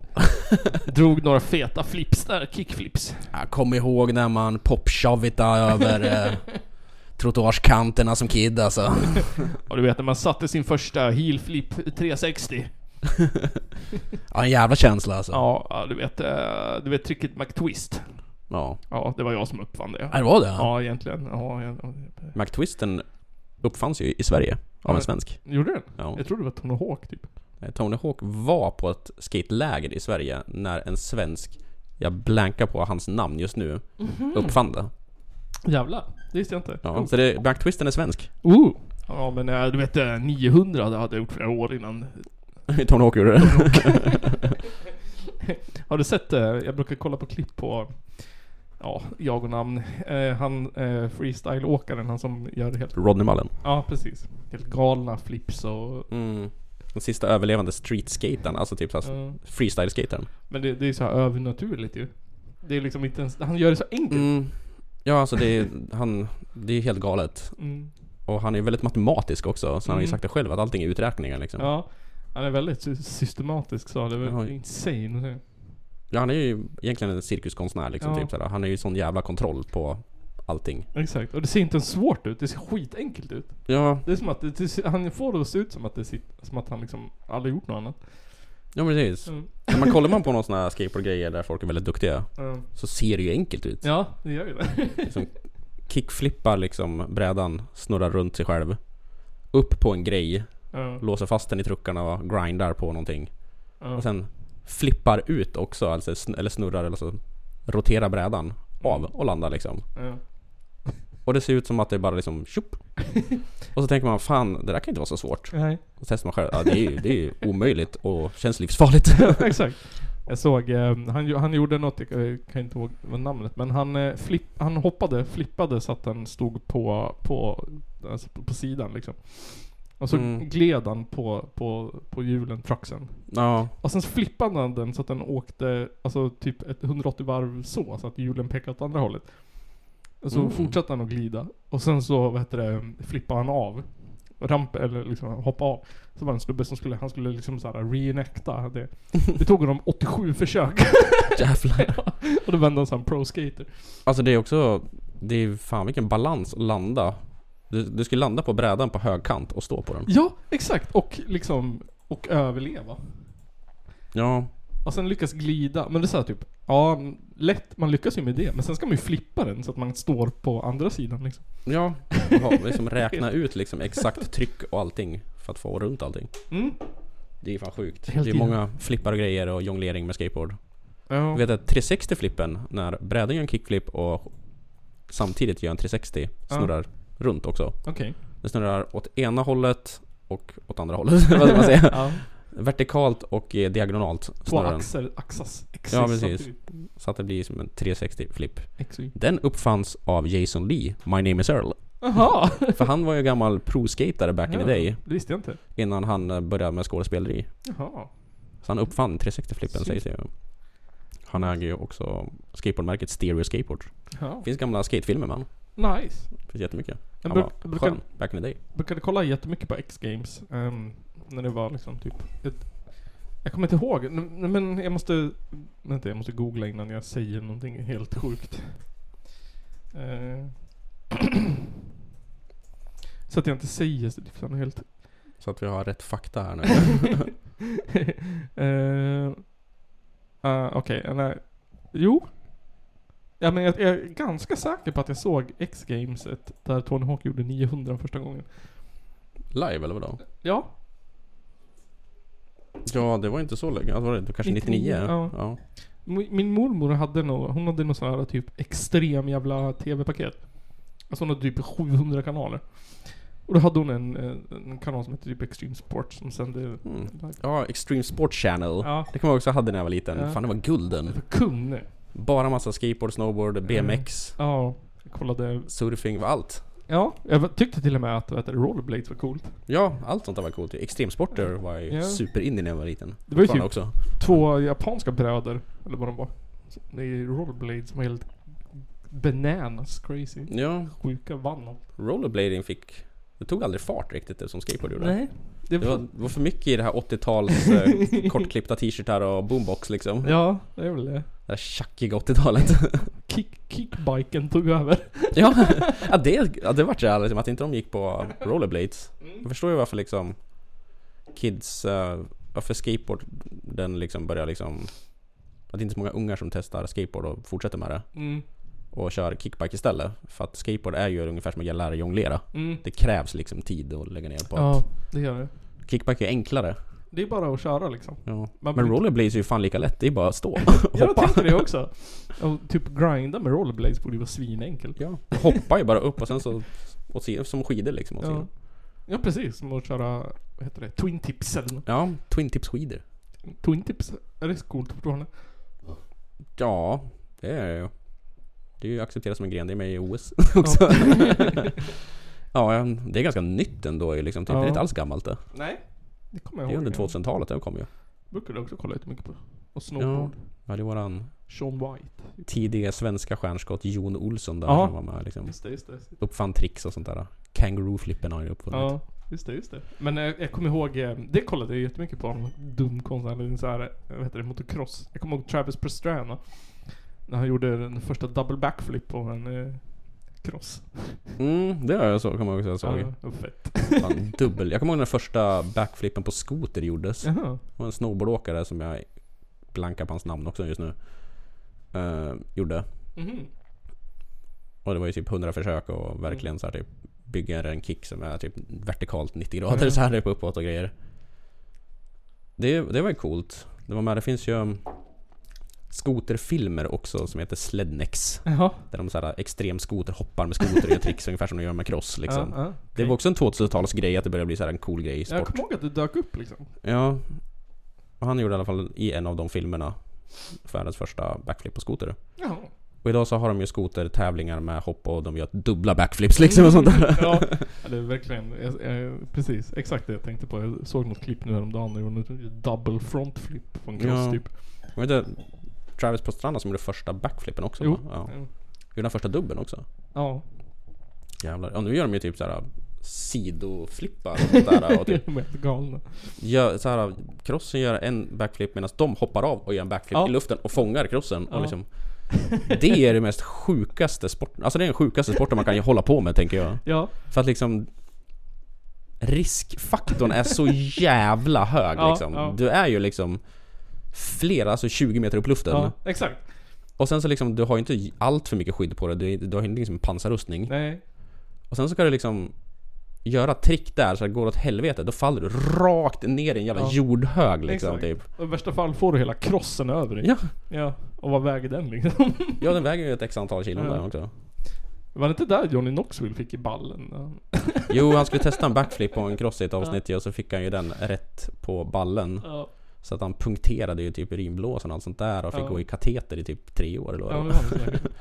drog några feta flips där, kickflips. Jag kommer ihåg när man popshovita över eh, trottoarskanterna som kid alltså. Och du vet när man satte sin första heelflip trehundrasextio. Ja, en jävla känsla alltså. Ja, ja, du vet, eh, du vet tricket McTwist. Ja. Ja, det var jag som uppfann det. Det var det? Ja, egentligen. Ja, jag, McTwisten uppfanns ju i Sverige av Ja. en svensk. gjorde den? Ja. Jag trodde det var Tony Hawk typ. Tony Hawk var på ett skateläger i Sverige när en svensk, jag blankar på hans namn just nu, Mm-hmm. uppfann det. Jävlar, det visste jag inte. Ja, Oh. så det, McTwisten är svensk. Uh. Ja, men äh, du vet, äh, niohundra det hade jag gjort flera år innan. Tony Hawk gjorde det. Har du sett det? Äh, jag brukar kolla på klipp på, ja, jag och namn. Äh, han äh, freestyle-åkaren, han som gör det helt... Rodney Mullen. Ja, precis. Helt galna flips och... Mm. Den sista överlevande street-skatern, alltså typ såhär Ja. freestyle-skatern. Men det, det är så här övernaturligt ju. Det är liksom inte ens... Han gör det så enkelt. Mm. Ja, alltså det är, han, det är helt galet. Mm. Och han är väldigt matematisk också, så han har ju Mm. sagt det själv att allting är uträkningar liksom. Ja. Han är väldigt sy- systematisk så. Det är Jaha. väl insane. Ja, han är ju egentligen en cirkuskonstnär liksom, Ja. typ sådär. Han är ju sån jävla kontroll på allting. Exakt. Och det ser inte ens svårt ut. Det ser skitenkelt ut. Ja, Det är som att det, det, han får det att se ut som att det sitter, som att han liksom aldrig gjort något annat. ja precis. Mm. När man kollar man på någon sån här skateboardgrejer där folk är väldigt duktiga, Mm. så ser det ju enkelt ut. Ja, det gör ju det. Liksom, kickflippar liksom brädan, snurrar runt sig själv, upp på en grej, Ja. låser fast den i truckarna och grindar på någonting. Ja. Och sen flippar ut också, alltså, sn- eller snurrar eller så roterar brädan av och landar liksom. Ja. Och det ser ut som att det är bara liksom tjup. Och så tänker man, fan, det där kan inte vara så svårt. Nej. Och så testar man själv, ja, det är ju det är ju omöjligt och känns livsfarligt. Exakt. Jag såg, eh, han, han gjorde något, jag kan inte ihåg vad namnet, men han, eh, flipp, han hoppade, flippade så att den stod på, på, alltså på, på sidan liksom. Och så Mm. gled han på, på, på hjulen, trucksen. Ja, Och sen flippade han den så att den åkte, alltså typ ett hundraåttio varv så, så att hjulen pekade åt andra hållet. Och så Mm. fortsatte han att glida. Och sen så, vad heter det, flippade han av. Ramp, eller liksom hoppa av. Så var det en snubbe som skulle, han skulle liksom såhär reenacta det. Det tog honom åttiosju försök. jävlar. Och då vände han som pro-skater. Alltså det är också, det är fan vilken balans att landa. Du, du ska landa på brädan på högkant och stå på den. Ja, exakt. Och liksom, och överleva. Ja, Och sen lyckas glida. Men det är så här typ, ja, lätt, man lyckas ju med det. Men sen ska man ju flippa den så att man står på andra sidan liksom. ja. Och ha, liksom räkna ut liksom exakt tryck och allting för att få runt allting. Mm. Det är fan sjukt. Helt det är givet. många flippar och grejer och jonglering med skateboard. Ja. Jag vet att trehundrasextio-flippen, när brädan gör en kickflip och samtidigt gör en trehundrasextio, snurrar runt också. Okej. Den snurrar åt ena hållet och åt andra hållet. Vad ska man säga? Ja. Vertikalt och eh, diagonalt Två snurrar den. axel, axas, axis, Ja, precis. samtidigt. Så att det blir som en trehundrasextio-flipp. X Y. Den uppfanns av Jason Lee, My Name is Earl. Jaha! För han var ju gammal pro-skatare back in the day, Det visste jag inte. innan han eh, började med skådespeleri. Jaha. Så han uppfann trehundrasextio-flippen, Shit. sägs det. Han äger ju också skateboardmärket Stereo Skateboard. Ja. Det finns gamla skatefilmer med han. Nice. Det finns jättemycket. Jag Han bruk- var jag brukar- skön back in the day. brukade kolla jättemycket på X-Games. Um, när det var liksom typ ett, jag kommer inte ihåg. n- Men jag måste, vänta, jag måste googla innan jag säger någonting helt sjukt. Eh, så att jag inte säger så det är helt... Så att vi har rätt fakta här nu. uh, uh, Okej, okay, nej. Jo. Ja, men jag, jag är ganska säker på att jag såg X-Games där Tony Hawk gjorde niohundra första gången. Live eller vadå? Ja. Ja, det var inte så länge. Alltså, var det kanske nittionio, nittionio? ja. Ja. Min min mormor hade nog, hon hade någon sån här typ extrem jävla tv-paket. Alltså hon hade typ sjuhundra kanaler. Och då hade hon en, en kanal som heter typ Extreme Sports som sände Mm. live. Ja, Extreme Sports Channel. Ja. Det kommer jag också hade när jag var liten. Ja. Fan, det var gulden. Det var kung. Bara massa skateboard, snowboard, B M X, Ja, jag kollade. surfing, allt. Ja, jag tyckte till och med att vet du, rollerblades var coolt. Ja, allt sånt där var coolt. Extremsporter var ju Ja. super in när jag var liten. Det var ju Fortfarande typ också. två japanska bröder, eller vad de var. Så det är rollerblades som var helt bananas crazy. Ja, Sjuka vann allt. rollerblading fick... Det tog aldrig fart riktigt det som skateboard gjorde. Nej. Det Det var, var, det var för mycket i det här åttio-tals eh, kortklippta t-shirtar och boombox liksom. ja, det är väl det. Det där tjackiga åttio-talet. Kick, kickbiken tog över. ja, ja, det, ja, det var så här, liksom, att inte de gick på rollerblades. Jag förstår ju varför liksom kids, uh, varför skateboard den liksom börjar liksom att det inte är så många ungar som testar skateboard och fortsätter med det. Mm. Och kör kickbike istället. För att skateboard är ju ungefär som att lära jonglera. Mm. Det krävs liksom tid att lägga ner på Ja, att det gör det. kickbike är enklare. Det är bara att köra liksom. Ja. Man Men blir- rollerblades är ju fan lika lätt. Det är bara att stå. Jag Hoppa. tänkte det också. Och typ grinda med rollerblades borde ju vara svinenkelt. Ja. Hoppa ju bara upp och sen så åt sidan, som skidor liksom. Åt Ja. sidan. Ja, precis. Som att köra, vad heter det? Twin tips eller något. Ja, twin tips skidor. Twin tips, är det coolt fortfarande? Ja, det är ju. Det är ju accepterat som en gren. Det är med i O S också. Ja, det är ganska nytt ändå. Liksom. Typ. Ja. Det är inte alls gammalt det. Nej, det kommer Det jag är ihåg. under tvåtusentalet det kom ju. Brukade också kolla lite mycket på. Och Ja, snowboard. ja det var våran Sean White. tidiga svenska stjärnskott Jon Olsson där Ja. som var med liksom. Just det, just det. Just det. Uppfann tricks och sånt där. Kangaroo-flippen har ju uppfunnit. Ja, just det, just det. Men jag, jag kommer ihåg, eh, det kollade jag jättemycket på. En dum konstnär, eller så här, vad heter det, motocross. Jag kommer ihåg Travis Pastrana. När han gjorde den första double backflip på en eh, cross. Mm, det har jag så, kommer jag också Ja, ihåg. det var fett. Fan, dubbel. Jag kommer ihåg när den första backflippen på skoter gjordes. Jaha. Det var en snowboardåkare som jag blankar på hans namn också just nu. Uh, gjorde. Mhm. Och det var ju typ hundra försök och verkligen så här typ bygga en kick som är typ vertikalt nittio grader Mm. så här på uppåt och grejer. Det, det var ju coolt. Det var med, det finns ju skoterfilmer också som heter Slednex. Jaha. Där de så här extrem skoter hoppar med skoter och gör tricks ungefär som de gör med cross liksom. Ja, ja. Det var också en tvåtusentalsgrej att det började bli så här en cool grej i Jag sport. kommer ihåg att det dök upp liksom. Ja. Och han gjorde i alla fall i en av de filmerna världens första backflip på skoter. Jaha. Och idag så har de ju skotertävlingar med hopp och de gör dubbla backflips liksom och sånt där. Ja, det är verkligen, jag, jag, precis, exakt det jag tänkte på. Jag såg något klipp nu häromdagen när de gjorde en double front flip på en cross Ja. typ. Jag vet inte, Travis Pastrana som gjorde första backflippen också. Jo. Va? Ja. Ja. Gjorde den första dubben också. Ja. Jävlar. Ja, nu gör de ju typ såhär sidoflippar och sånt där. Och typ, De är helt galna. gör, såhär, crossen gör en backflip medan de hoppar av och gör en backflip Ja. i luften och fångar crossen. Ja. Och liksom, det är det mest sjukaste sporten. Alltså det är den sjukaste sporten man kan ju hålla på med, tänker jag. Ja. För att liksom riskfaktorn är så jävla hög Ja, liksom. ja. Du är ju liksom flera, alltså tjugo meter upp i luften. Ja, exakt. Och sen så liksom, du har ju inte allt för mycket skydd på dig. Du, du har ju liksom pansarrustning. Nej. Och sen så kan du liksom göra trick där så det går åt helvete. Då faller du rakt ner i en jävla Ja. jordhög liksom. Exakt. Typ. Och i värsta fall får du hela krossen över dig. Ja. Ja. Och vad väger den liksom? Ja, den väger ju ett x antal kilo Ja. där också. Var det inte där Johnny Knoxville fick i ballen? Jo, han skulle testa en backflip på en cross i ett avsnitt och så fick han ju den rätt på ballen. Ja. Så att han punkterade ju typ urinblåsan och allt sånt där och fick Ja. gå i kateter i typ tre år eller vad Ja, det det var. var det säkert.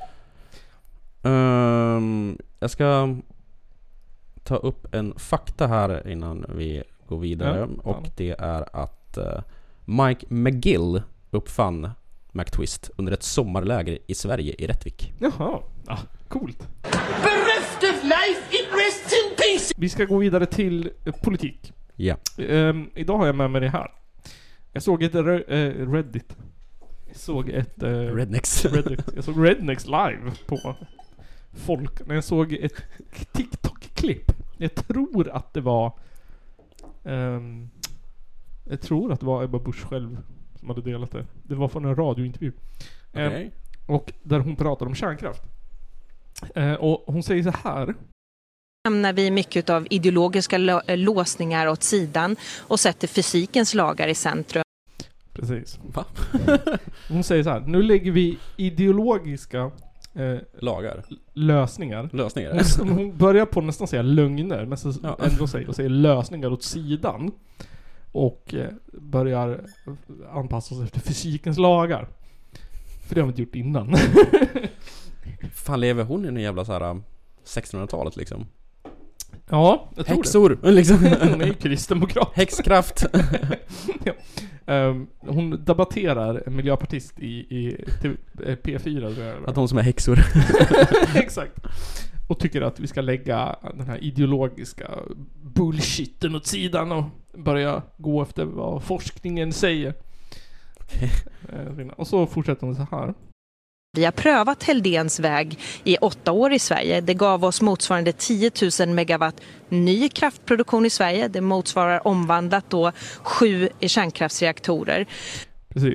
Um, jag ska ta upp en fakta här innan vi går vidare. Ja, och fan. det är att uh, Mike McGill uppfann McTwist under ett sommarläger i Sverige i Rättvik. Jaha. Ah, coolt. Bereft of life, it rests in peace. Vi ska gå vidare till eh, politik. Ja. Ehm, idag har jag med mig det här. Jag såg ett re- eh, Reddit. Jag såg ett eh, Rednecks. Reddit. Jag såg Rednecks live på folk. När jag såg ett TikTok-klipp. Jag tror att det var ehm, jag tror att det var Ebba Busch själv som hade delat det. Det var från en radiointervju. Ehm, Okej. och där hon pratar om kärnkraft. Ehm, och hon säger så här. Hamnar vi mycket av ideologiska lå- låsningar åt sidan och sätter fysikens lagar i centrum. Precis. Va? Hon säger så här. Nu lägger vi ideologiska eh, Lagar. lösningar. Lösningar. Hon, hon börjar på nästan säga lögner, men så Ja. ändå säger, och säger lösningar åt sidan. Och eh, börjar anpassa sig efter fysikens lagar. För det har vi inte gjort innan. Fan, lever hon i en jävla så här sextonhundratalet liksom? Ja, jag tror Häxor! Liksom. det. Hon är ju kristdemokrat. Häxkraft! Um, hon debatterar en miljöpartist i, i t- P fyra. tror jag. Att de som är häxor. Exakt. Och tycker att vi ska lägga den här ideologiska bullshitten åt sidan och börja gå efter vad forskningen säger. Eh, Och så fortsätter hon så här. Vi har prövat Heldens väg i åtta år i Sverige. Det gav oss motsvarande tio tusen megawatt ny kraftproduktion i Sverige. Det motsvarar omvandlat då sju kärnkraftsreaktorer. Precis.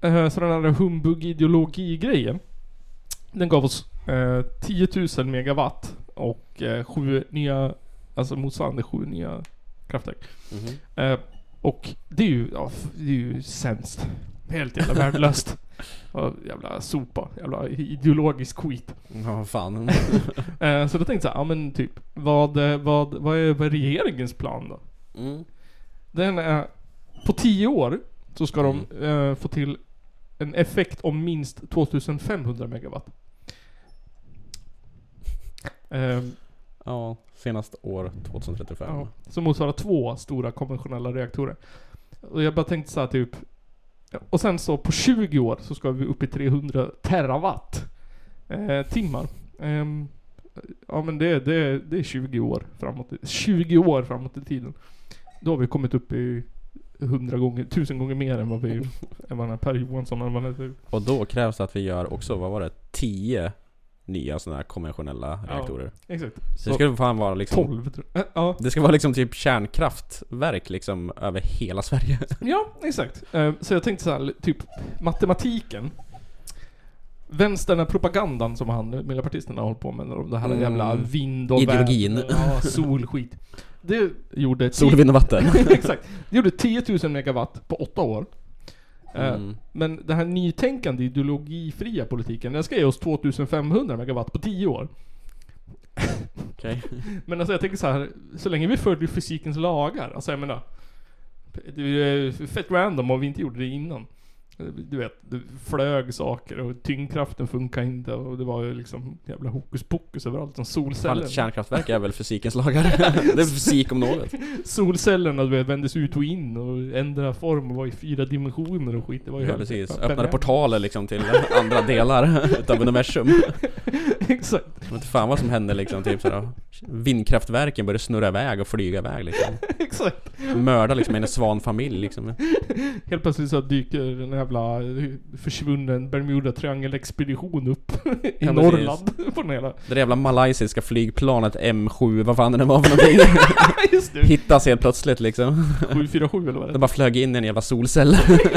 eh, så den här humbug-ideologi-grejen, den gav oss eh, tio tusen megawatt och eh, sju nya, alltså motsvarande sju nya kraftverk. Mhm. Eh, och det är ju, ja, det är ju sämst. Helt jävla värdelöst. Ja, jävla sopa, jävla ideologisk skit. Ja, fan. Eh, så då tänkte jag, ja men typ, vad, vad, vad, är, vad är regeringens plan då? Mm. Den är, på tio år så ska de eh, få till en effekt om minst tvåtusenfemhundra megawatt. Eh, Ja, senast år tjugohundratrettiofem. ja, som motsvarar två stora konventionella reaktorer. Och jag bara tänkte så här typ, ja, och sen så på tjugo år så ska vi upp i trehundra terawatt eh, timmar. Ehm, ja men det, det, det är tjugo år framåt, tjugo år framåt i tiden. Då har vi kommit upp i hundra gånger, tusen gånger mer än vad vi än vad den här Per Johansson än vad den här, Och då krävs det att vi gör också, vad var det, tio nya sådana här konventionella Ja. reaktorer. exakt. Så det ska fan vara liksom tolv tror jag. Eh, ja. Det ska vara liksom typ kärnkraftverk liksom över hela Sverige. Ja, exakt. Eh, så jag tänkte så här, typ matematiken. Vänstern är propagandan som han, miljöpartisterna håller på med, och det här Mm. jävla vind och Ideologin. väder, ja, solskit. Det gjorde tio- Sol, vind och vatten. exakt. Det gjorde tio tusen megawatt på åtta år. Eh, Mm. Men den här nytänkande ideologifria politiken, den ska ge oss tvåtusenfemhundra megawatt på tio år. Okej. Men alltså jag tänker så här, så länge vi följer fysikens lagar, alltså jag menar, det är fett random om vi inte gjorde det innan. Du vet, det flög saker och tyngdkraften funkar inte och det var ju liksom jävla hokus pokus överallt som Fan, solceller. ett kärnkraftverk är väl fysikens lagar. Det är fysik om något. Solcellerna, du vet, vändes ut och in och ändrade form och var i fyra dimensioner och skit. Det var ju Ja, helt- precis. ja, Öppnade bananas. portaler liksom till andra delar utav universum. Exakt. Jag vet inte fan vad som hände liksom, typ sådär. Vindkraftverken började snurra iväg och flyga iväg liksom. Exakt. Mörda liksom en svanfamilj liksom. Helt plötsligt så dyker en jävla försvunnen Bermuda-triangelexpedition upp i Ja, Norrland på den hela. Det jävla malaysiska flygplanet M sju, vad fan det var för någonting. Just det. Hittas helt plötsligt liksom. sju fyra sju eller vad det De bara flög in i en jävla solcell.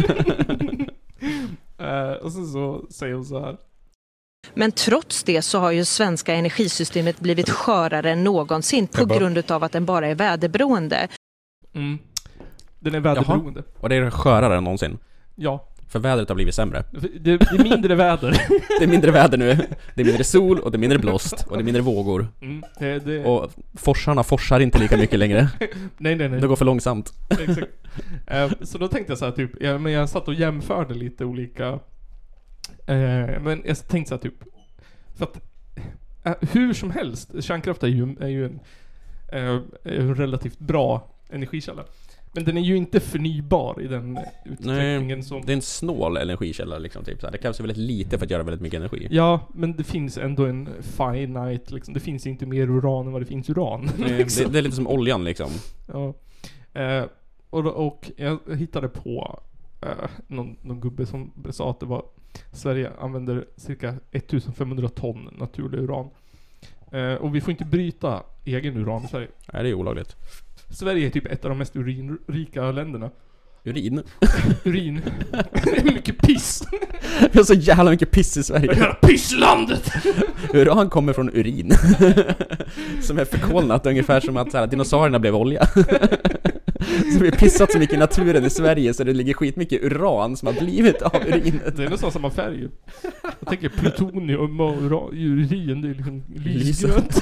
är. Eh, och sen så säger hon så här. Men trots det så har ju svenska energisystemet blivit skörare än någonsin på Jag bara- grund av att den bara är väderberoende. Mm. Den är väderberoende. Och det är skörare än någonsin. Ja. För vädret har blivit sämre. Det, det är mindre väder. Det är mindre väder nu. Det är mindre sol och det är mindre blåst. Och det är mindre vågor. Mm. Det, det, Och forsarna forsar inte lika mycket längre. nej, nej, nej. Det går för långsamt. Exakt. Eh, så då tänkte jag så här typ, ja, men jag satt och jämförde lite olika, eh, men jag tänkte så här typ, för att eh, hur som helst, kärnkraft är ju, är ju en, eh, en relativt bra energikälla. Men den är ju inte förnybar i den utvecklingen Nej, som... det är en snål energikälla liksom, typ så här. Det krävs ju väldigt lite för att göra väldigt mycket energi. Ja, men det finns ändå en finite liksom. Det finns inte mer uran än vad det finns uran. Det, liksom. det, det är lite som oljan liksom. Ja. Eh, och, då- och jag hittade på eh, någon, någon gubbe som sa att det var Sverige använder cirka femtonhundra ton naturlig uran. Eh, och vi får inte bryta egen uran i Sverige. Nej, det är olagligt. Sverige är typ ett av de mest urinrika länderna. Urin. Urin. Det är mycket piss. Det är så jävla mycket piss i Det Sverige. här pisslandet. Uran kommer från urin. Som är förkolnat ungefär som att så här, dinosaurierna blev olja. Så vi har pissat så mycket i naturen i Sverige så det ligger skitmycket uran som har blivit av urinet. Det är nästan samma färg ju. Jag tänker plutonium och uran, urin, det är liksom Lysa. lysgrönt.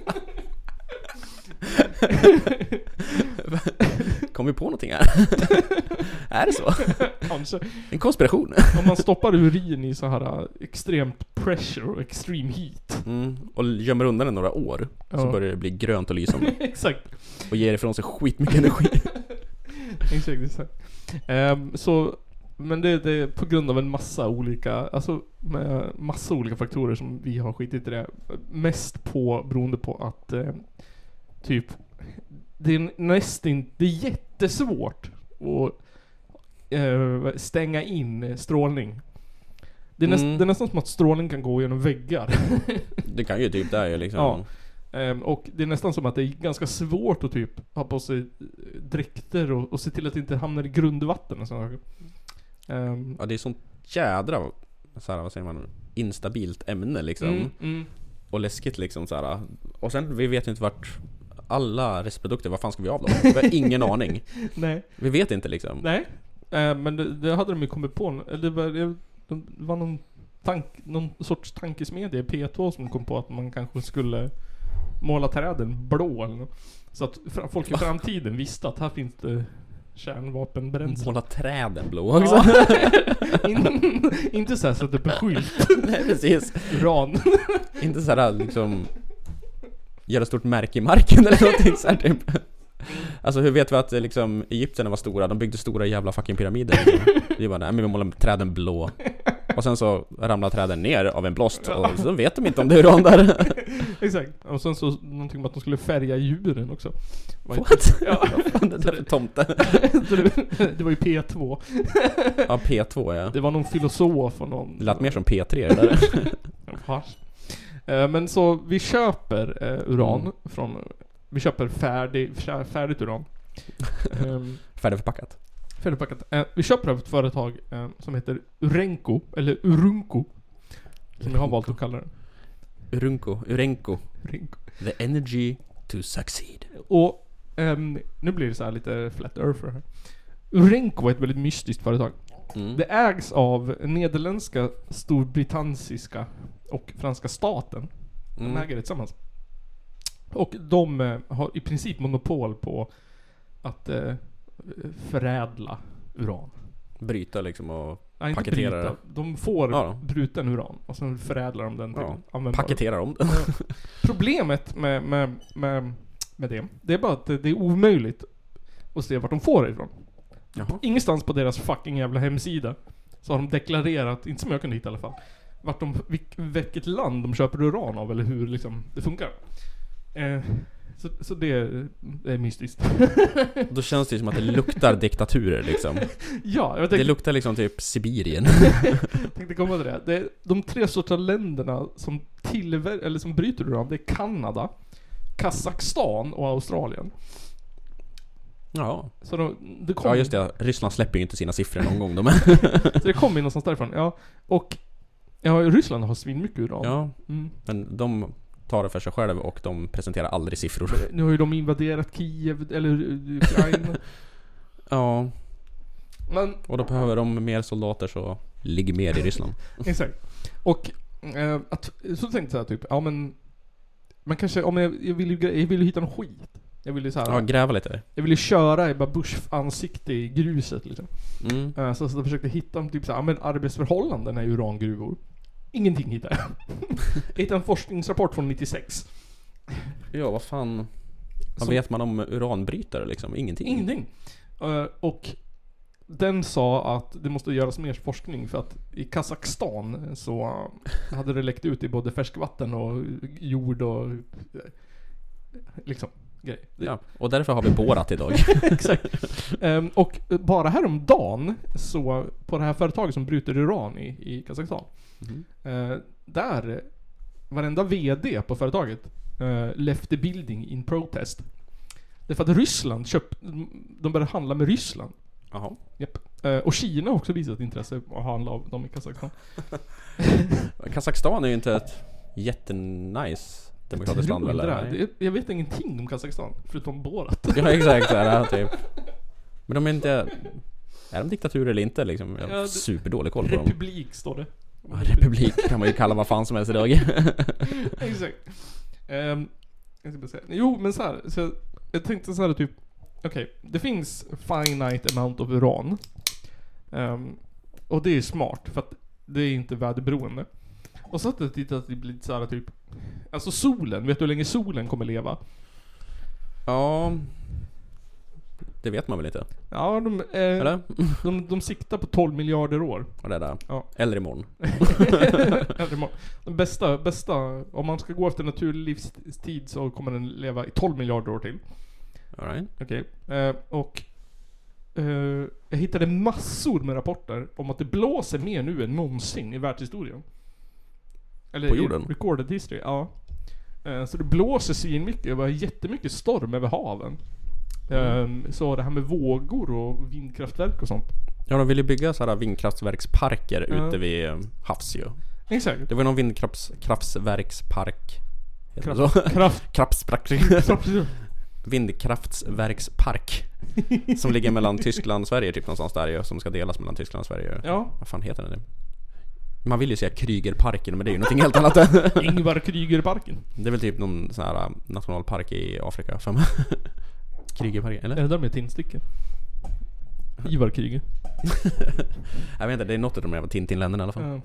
Kom vi på någonting här? Är det så? Kanske. En konspiration? Om man stoppar urin i så här uh, extremt pressure och extreme heat. Mm. Och gömmer undan den några år så Ja. börjar det bli grönt och lysande. Exakt. Och ger ifrån sig skitmycket energi. Exakt, exakt. Ehm, så, men det, det är på grund av en massa olika, alltså med massa olika faktorer som vi har skitit i det. Mest på, beroende på att eh, typ, det är nästan, det är jättesvårt att eh, stänga in strålning. Det är, näst, Mm. det är nästan som att strålning kan gå genom väggar. Det kan ju typ där liksom. Ja. Ehm, och det är nästan som att det är ganska svårt att typ ha på sig dräkter och, och se till att det inte hamnar i grundvatten och sådär. Um, Ja, det är sånt jädra så här, vad säger man, instabilt ämne liksom. mm, mm. Och läskigt liksom så här. Och sen, vi vet inte vart alla restprodukter, vad fan ska vi av dem? Vi har ingen aning. Nej. Vi vet inte liksom. Nej. Uh, men det, det hade de ju kommit på. Eller det var, det, det var någon, tank, någon sorts tankesmedja i P två som kom på att man kanske skulle måla träden blå eller något. Så att folk i framtiden visste att här finns det kärnvapenbränsle. Måla träden blå också. Ja. In, inte så här så att det är skylt. Nej, precis. Uran. Inte så här liksom göra stort märke i marken eller någonting så här typ. Alltså hur vet vi att liksom Egypterna var stora? De byggde stora jävla fucking pyramider. Det var nej, men vi målar träden blå. Och sen så ramlar träden ner av en blåst och så vet de inte om det är uran där. Exakt. Och sen så någonting om att de skulle färga djuren också. What? Ja. Det där är tomte. Det var ju P två. Ja, P två ja. Det var någon filosof och någon... Det lät mer som P tre det där. uh, Men så vi köper uh, uran Mm. från... Vi köper färdig, färdigt uran. um, Färdigförpackat. Färdigpackat. Uh, vi köper av ett företag uh, som heter Urenco, eller Urunco. Som jag har valt att kalla den. Urunco, Urenco. Urenco. The energy to succeed. Och um, nu blir det så här lite flat earther här. Urenco är ett väldigt mystiskt företag. Mm. Det ägs av nederländska, storbritanniska och franska staten. De Mm. äger det tillsammans. Och de eh, har i princip monopol på att eh, förädla uran. Bryta liksom och Nej, inte paketera bryta. De får Ja. bruten uran och sen förädlar de den till Ja. användbar. paketera dem. Problemet med, med, med, med det, det är bara att det är omöjligt att se vart de får det ifrån. Jaha. Ingenstans på deras fucking jävla hemsida så har de deklarerat, inte som jag kunde hitta i alla fall, vart de, vilket land de köper uran av eller hur liksom det funkar. Eh, så, så det, det är mystiskt. Då känns det som att det luktar diktaturer liksom. Ja, jag Det tänkte, luktar liksom typ Sibirien. tänkte komma till det. det är de tre sorts länderna som tillver- eller som bryter uran, det är Kanada, Kazakstan och Australien. Ja. Så de, det kom, Ja just det, Ryssland släpper ju inte sina siffror någon gång de. så det kommer ju någonstans därifrån. Ja, och ja, Ryssland har svin mycket uran. Ja, Mm. men de tar det för sig själv och de presenterar aldrig siffror. Nu har ju de invaderat Kiev eller uh, Ukraina. Ja, Men och då behöver de mer soldater så ligger mer i Ryssland. exakt. Och eh, att, så tänkte jag så här, typ, ja men man kanske, om jag, jag vill ju gre- jag vill ju hitta någon skit. Jag vill ju så här, Ja, gräva lite. jag vill ju köra i bara Bush ansikte i gruset liksom. Mm. Eh, så, så jag försökte hitta typ så här, ja men arbetsförhållanden i urangruvor. Ingenting hittade jag. Jag hittade en forskningsrapport från nittiosex. Ja, vad fan. Vad Som- vet man om uranbrytare liksom? Ingenting. Ingenting. Eh, och den sa att det måste göras mer forskning för att i Kazakstan så hade det läckt ut i både färskvatten och jord och eh, liksom grejer. Det- Ja, och därför har vi Borat idag. Exakt. Ehm, och bara häromdagen så på det här företaget som bryter uran i, i Kazakstan. Mhm. eh, där varenda vd på företaget eh, left the building in protest. Därför att Ryssland köpt, de började handla med Ryssland. Jaha. Japp. Eh, och Kina har också visat intresse att handla av dem i Kazakstan. Kazakstan är ju inte ett jättenice demokratiskt land väl? Tror eller? inte det. Det- Jag vet ingenting om Kazakstan förutom Borat. Ja, exakt. Där, typ. Men de är inte... Är de diktaturer eller inte liksom? Jag har Ja, det- superdålig koll på dem. Republik står det. Ja, republik kan man ju kalla vad fan som helst idag. Exakt. Um, jag ska bara säga. Jo, men så här, så jag, jag tänkte så här typ, okej, det finns finite amount of uran. Ehm, och det är smart för att det är inte väderberoende. Och så att jag tittat att det blir så här typ, alltså solen, vet du hur länge solen kommer leva? Ja... Det vet man väl inte? Ja, de, eh, Eller? de, de siktar på tolv miljarder år. Och det är där. Ja. Eller imorgon. Den bästa, bästa, om man ska gå efter naturlig livstid så kommer den leva i tolv miljarder år till. All right. Okej. Eh, och eh, jag hittade massor med rapporter om att det blåser mer nu än någonsin i världshistorien. Eller På jorden? i recorded history, ja. Eh, så det blåser svin mycket. Det var jättemycket storm över haven. Eh, så det här med vågor och vindkraftverk och sånt. Ja, de vill ju bygga så här vindkraftverksparker Ja. ute vid eh, havs ju. Exakt. Det var någon vindkraftsverkspark. Heter det Kraft, så? kraft, Kraftspark. Vindkraftsverkspark. Som ligger mellan Tyskland och Sverige, typ någonstans där ju, som ska delas mellan Tyskland och Sverige. Ja. Vad fan heter det? Man vill ju säga Krygerparken, men det är ju någonting helt annat. Ingvar Krygerparken. Det är väl typ någon sån här nationalpark i Afrika för mig. Krygerparken, eller? Är det där med tinsticken? Ivar Kryger. Jag vet inte, det är något av de här Tintin-länderna i alla fall. Ja.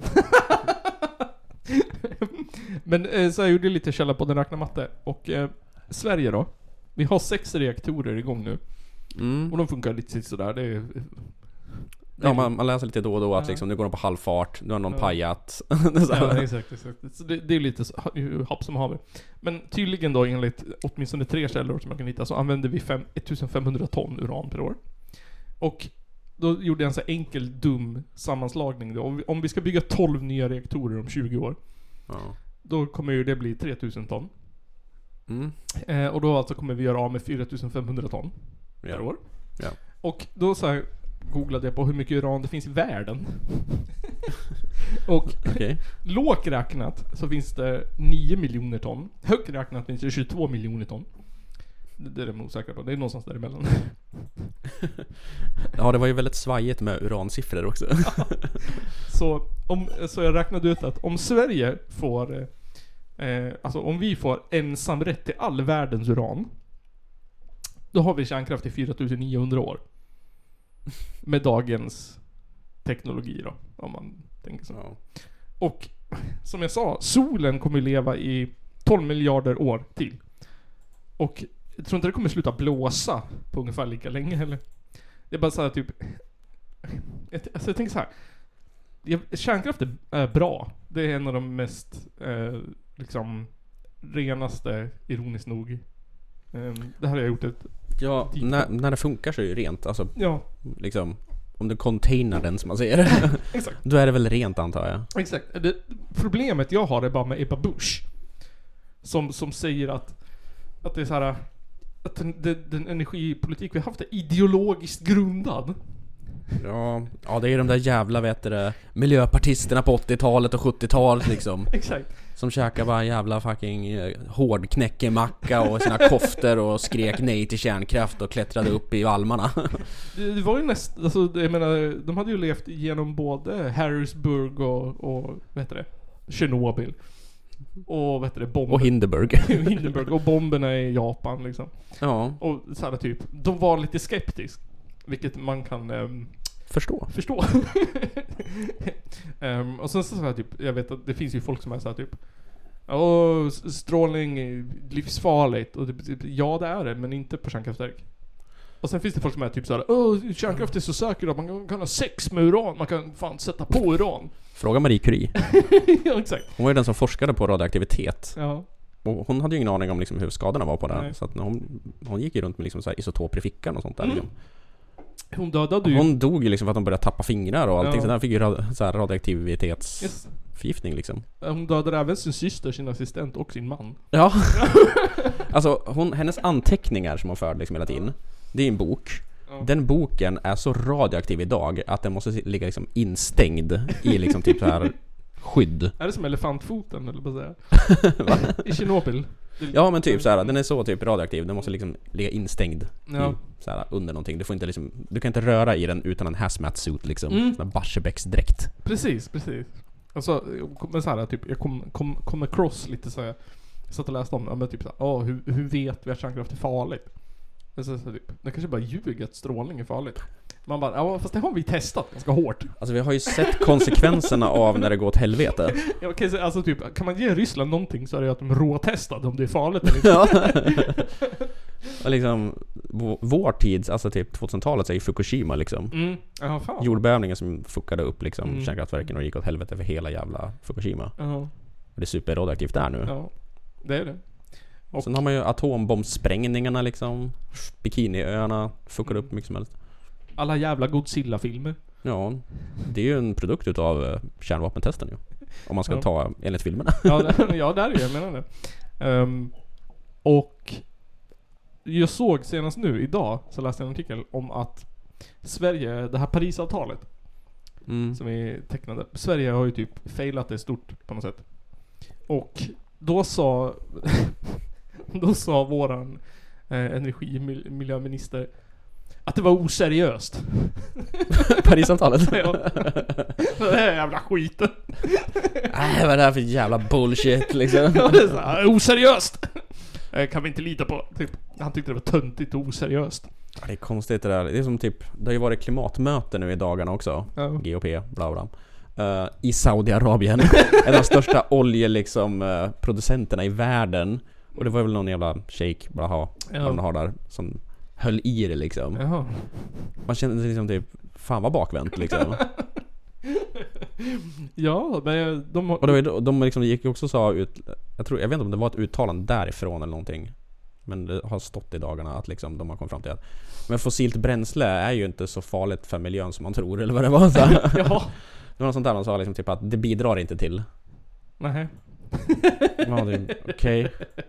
Men eh, så jag gjorde lite källa på den räkna matte. Och eh, Sverige då. Vi har sex reaktorer igång nu. Mm. Och de funkar lite sådär. Det är... Ja, man, man läser lite då och då att Ja. liksom, nu går de på halvfart, nu har någon Ja. pajat. Ja, exakt, exakt. Så det, det är lite så, happ som haver. Men tydligen då enligt åtminstone tre källor som man kan hitta så använder vi fem, femtonhundra ton uran per år. Och då gjorde jag en så enkel dum sammanslagning då. Om vi, om vi ska bygga tolv nya reaktorer om tjugo år, Ja. då kommer ju det bli tre tusen ton. Mm. Eh, och då alltså kommer vi göra av med fyra tusen femhundra ton per Ja. år. Ja. Och då så här googlade jag på hur mycket uran det finns i världen. Och Okej. lågt räknat så finns det nio miljoner ton. Högt räknat finns det tjugotvå miljoner ton. Det, det är de osäkra på. Det är någonstans däremellan. Ja, det var ju väldigt svajigt med uransiffror också. Så, om, så jag räknade ut att om Sverige får eh, alltså om vi får ensamrätt till all världens uran, då har vi kärnkraft i fyra tusen niohundra år. Med dagens teknologi då, om man tänker så. Ja. Och som jag sa, solen kommer leva i tolv miljarder år till. Och jag tror inte det kommer sluta blåsa på ungefär lika länge heller. Det är bara så här typ... Alltså jag tänker så här. Kärnkraft är bra. Det är en av de mest eh, liksom renaste, ironiskt nog. Eh, det här har jag gjort ett... Ja, när, när det funkar så är det ju rent. Alltså, Ja, liksom, om du containar den som man säger. exakt. Då är det väl rent, antar jag. Exakt. Det, problemet jag har är bara med Ebba Busch. Som, som säger att, att det är så här, att den, den, den energipolitik vi har haft är ideologiskt grundad. Ja, ja, det är de där jävla, vet du, miljöpartisterna på åttiotalet och sjuttiotalet liksom. Exakt. Som käkar bara jävla fucking eh, hårdknäckemacka och sina koftor och skrek nej till kärnkraft och klättrade upp i almarna. Det, det var ju näst, alltså, jag menar, de hade ju levt genom både Harrisburg och, och vad heter det, Tjernobyl. Och vad heter det, bomber. Och Hindenburg. Hindenburg och bomberna i Japan liksom. Ja, Och så här typ, de var lite skeptisk. Vilket man kan... Um, förstå. förstå. um, och sen så, så här, typ, jag vet att det finns ju folk som är så här, typ, åh, strålning är livsfarligt. Och typ, typ, ja, det är det, men inte på kärnkraftverk. Och sen finns det folk som är typ såhär, åh, kärnkraft är så säker att man kan, kan ha sex med uran. Man kan fan sätta på uran. Fråga Marie Curie. Ja, exakt. Hon var ju den som forskade på radioaktivitet. Ja. Och hon hade ju ingen aning om liksom hur skadorna var på det. Nej. Så att hon, hon gick ju runt med liksom så här isotoper i fickan och sånt där. Mm. Liksom. Hon dödade ju... Hon dog ju liksom för att hon började tappa fingrar och allting. Ja. Så där fick ju rad, så här radioaktivitets... Yes. Förgiftning liksom. Hon dödade även sin syster, sin assistent och sin man. Ja. Alltså hon, hennes anteckningar som hon förde liksom hela tiden. Det är en bok. Ja. Den boken är så radioaktiv idag att den måste ligga liksom instängd i liksom typ så här skydd. Är det som elefantfoten eller vad säger jag? I Tjernobyl. Ja, men typ så här, den är så typ radioaktiv. Den måste liksom ligga instängd Ja. i, så här, under någonting. Du får inte liksom, du kan inte röra i den utan en hazmat suit liksom. Mm. Sån här Barsebäcksdräkt. Precis, precis. Alltså, men så här, typ, jag kom, kom, kom across lite så här, jag satt och läste om, ja, men typ så här, åh, hur, hur vet vi att kärnkraft är farligt? Men så, så, typ, det kanske bara ljuger att strålning är farligt. Man bara, ja fast det har vi testat ganska hårt. Alltså vi har ju sett konsekvenserna av när det går åt helvete. Ja, okej, så, alltså typ, kan man ge Ryssland någonting så är det att de råtestade om det är farligt eller inte. Ja. Och liksom v- vår tids, alltså typ tvåtusentalet, så är ju Fukushima liksom. Mm, ja fan. Jordbävningen som fuckade upp liksom Mm. kärnkraftverken och gick åt helvete för hela jävla Fukushima. Ja, Och det är superradioaktivt där nu. ja, det är det. Och, Sen har man ju atombombsprängningarna liksom. Bikiniöarna fuckade upp mycket som helst. alla jävla Godzilla-filmer. Ja, det är ju en produkt utav eh, kärnvapentesten ju. Om man ska Ja. ta enligt filmerna. Ja, där, ja, där är jag menar det. Um, och jag såg senast nu, idag, så läste jag en artikel om att Sverige, det här Parisavtalet Mm. som vi tecknade. Sverige har ju typ failat det stort på något sätt. Och då sa då sa våran eh, energimiljöminister att det var oseriöst. Parisavtalet. Ja. Det här jävla skiten. Nej, vad är det här för jävla bullshit liksom? Ja, det är så här, oseriöst. Eh, Kan vi inte lita på. Typ, han tyckte det var töntigt och oseriöst. Ja, det är konstigt det där. Det är som typ, det har ju varit klimatmöte nu i dagarna också. Ja. G O P, bla bla. Uh, I Saudiarabien. En av de största olje liksom, uh, producenterna i världen. Och det var väl någon jävla shake, blaha, Ja. vad de har där, som höll i det liksom. Jaha. Man kände sig liksom typ, fan vad bakvänt liksom. Ja, men de har... Och det var ju- de liksom gick ju också sa ut, jag tror, jag vet inte om det var ett uttalande därifrån eller någonting. Men det har stått i dagarna att liksom de har kommit fram till att men fossilt bränsle är ju inte så farligt för miljön som man tror, eller vad det var så. Ja. Det var något sånt där de sa liksom typ att det bidrar inte till. Nej. Ja, det är okej.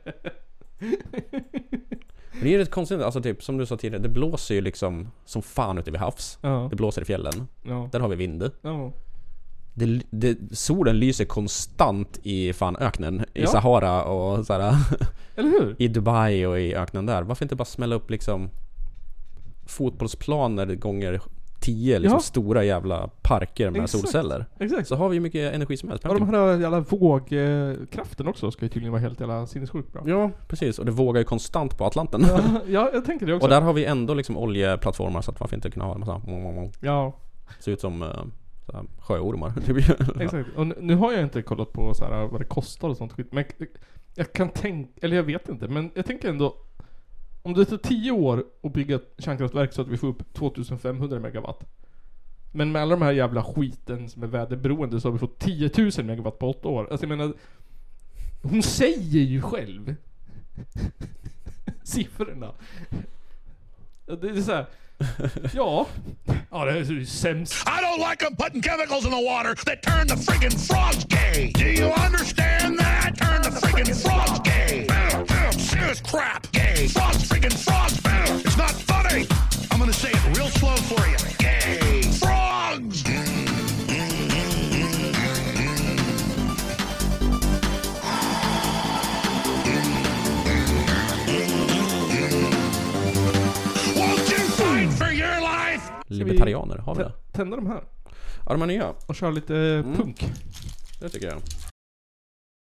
Men det är ju rätt konstigt, alltså typ som du sa tidigare, det blåser ju liksom som fan ute vid havs. Ja. Det blåser i fjällen. Ja. Där har vi vind. Ja. Det, det, solen lyser konstant i fan öknen. I Ja. Sahara och sådär. Eller hur? I Dubai och i öknen där. Varför inte bara smälla upp liksom fotbollsplaner gånger tio liksom Ja. stora jävla parker med Exakt. solceller. Exakt. Så har vi ju mycket energi som helst. Och de här jävla vågkraften också ska ju tydligen vara helt jävla sinnessjukt bra. Ja, precis. Och det vågar ju konstant på Atlanten. Ja, ja, jag tänker det också. Och där har vi ändå liksom oljeplattformar så att varför inte kunna ha en massa Ja, ser ut som uh, såhär, sjöormar typ. exakt. Och nu, nu har jag inte kollat på så här, vad det kostar och sånt skit. Men jag, jag kan tänka, eller jag vet inte, men jag tänker ändå om det tar tio år att bygga ett kärnkraftverk så att vi får upp tvåtusenfemhundra megawatt. Men med alla de här jävla skiten som är väderberoende så har vi fått tiotusen megawatt på åtta år. Alltså jag menar, hon säger ju själv siffrorna. Det är så här. Ja. Ja, det är ju sämst. I don't like them putting chemicals in the water that turn the friggin' frogs gay. Do you understand that? Turn the friggin' frogs gay. Serious crap. Gay. Frogs friggin' frogs. It's not funny. I'm gonna say it real slow for you. Gay. Frogs. Won't you fight for your life? Libertarianer, har vi det? Tända de här Ja, de är nya. och köra lite punk. Det tycker jag.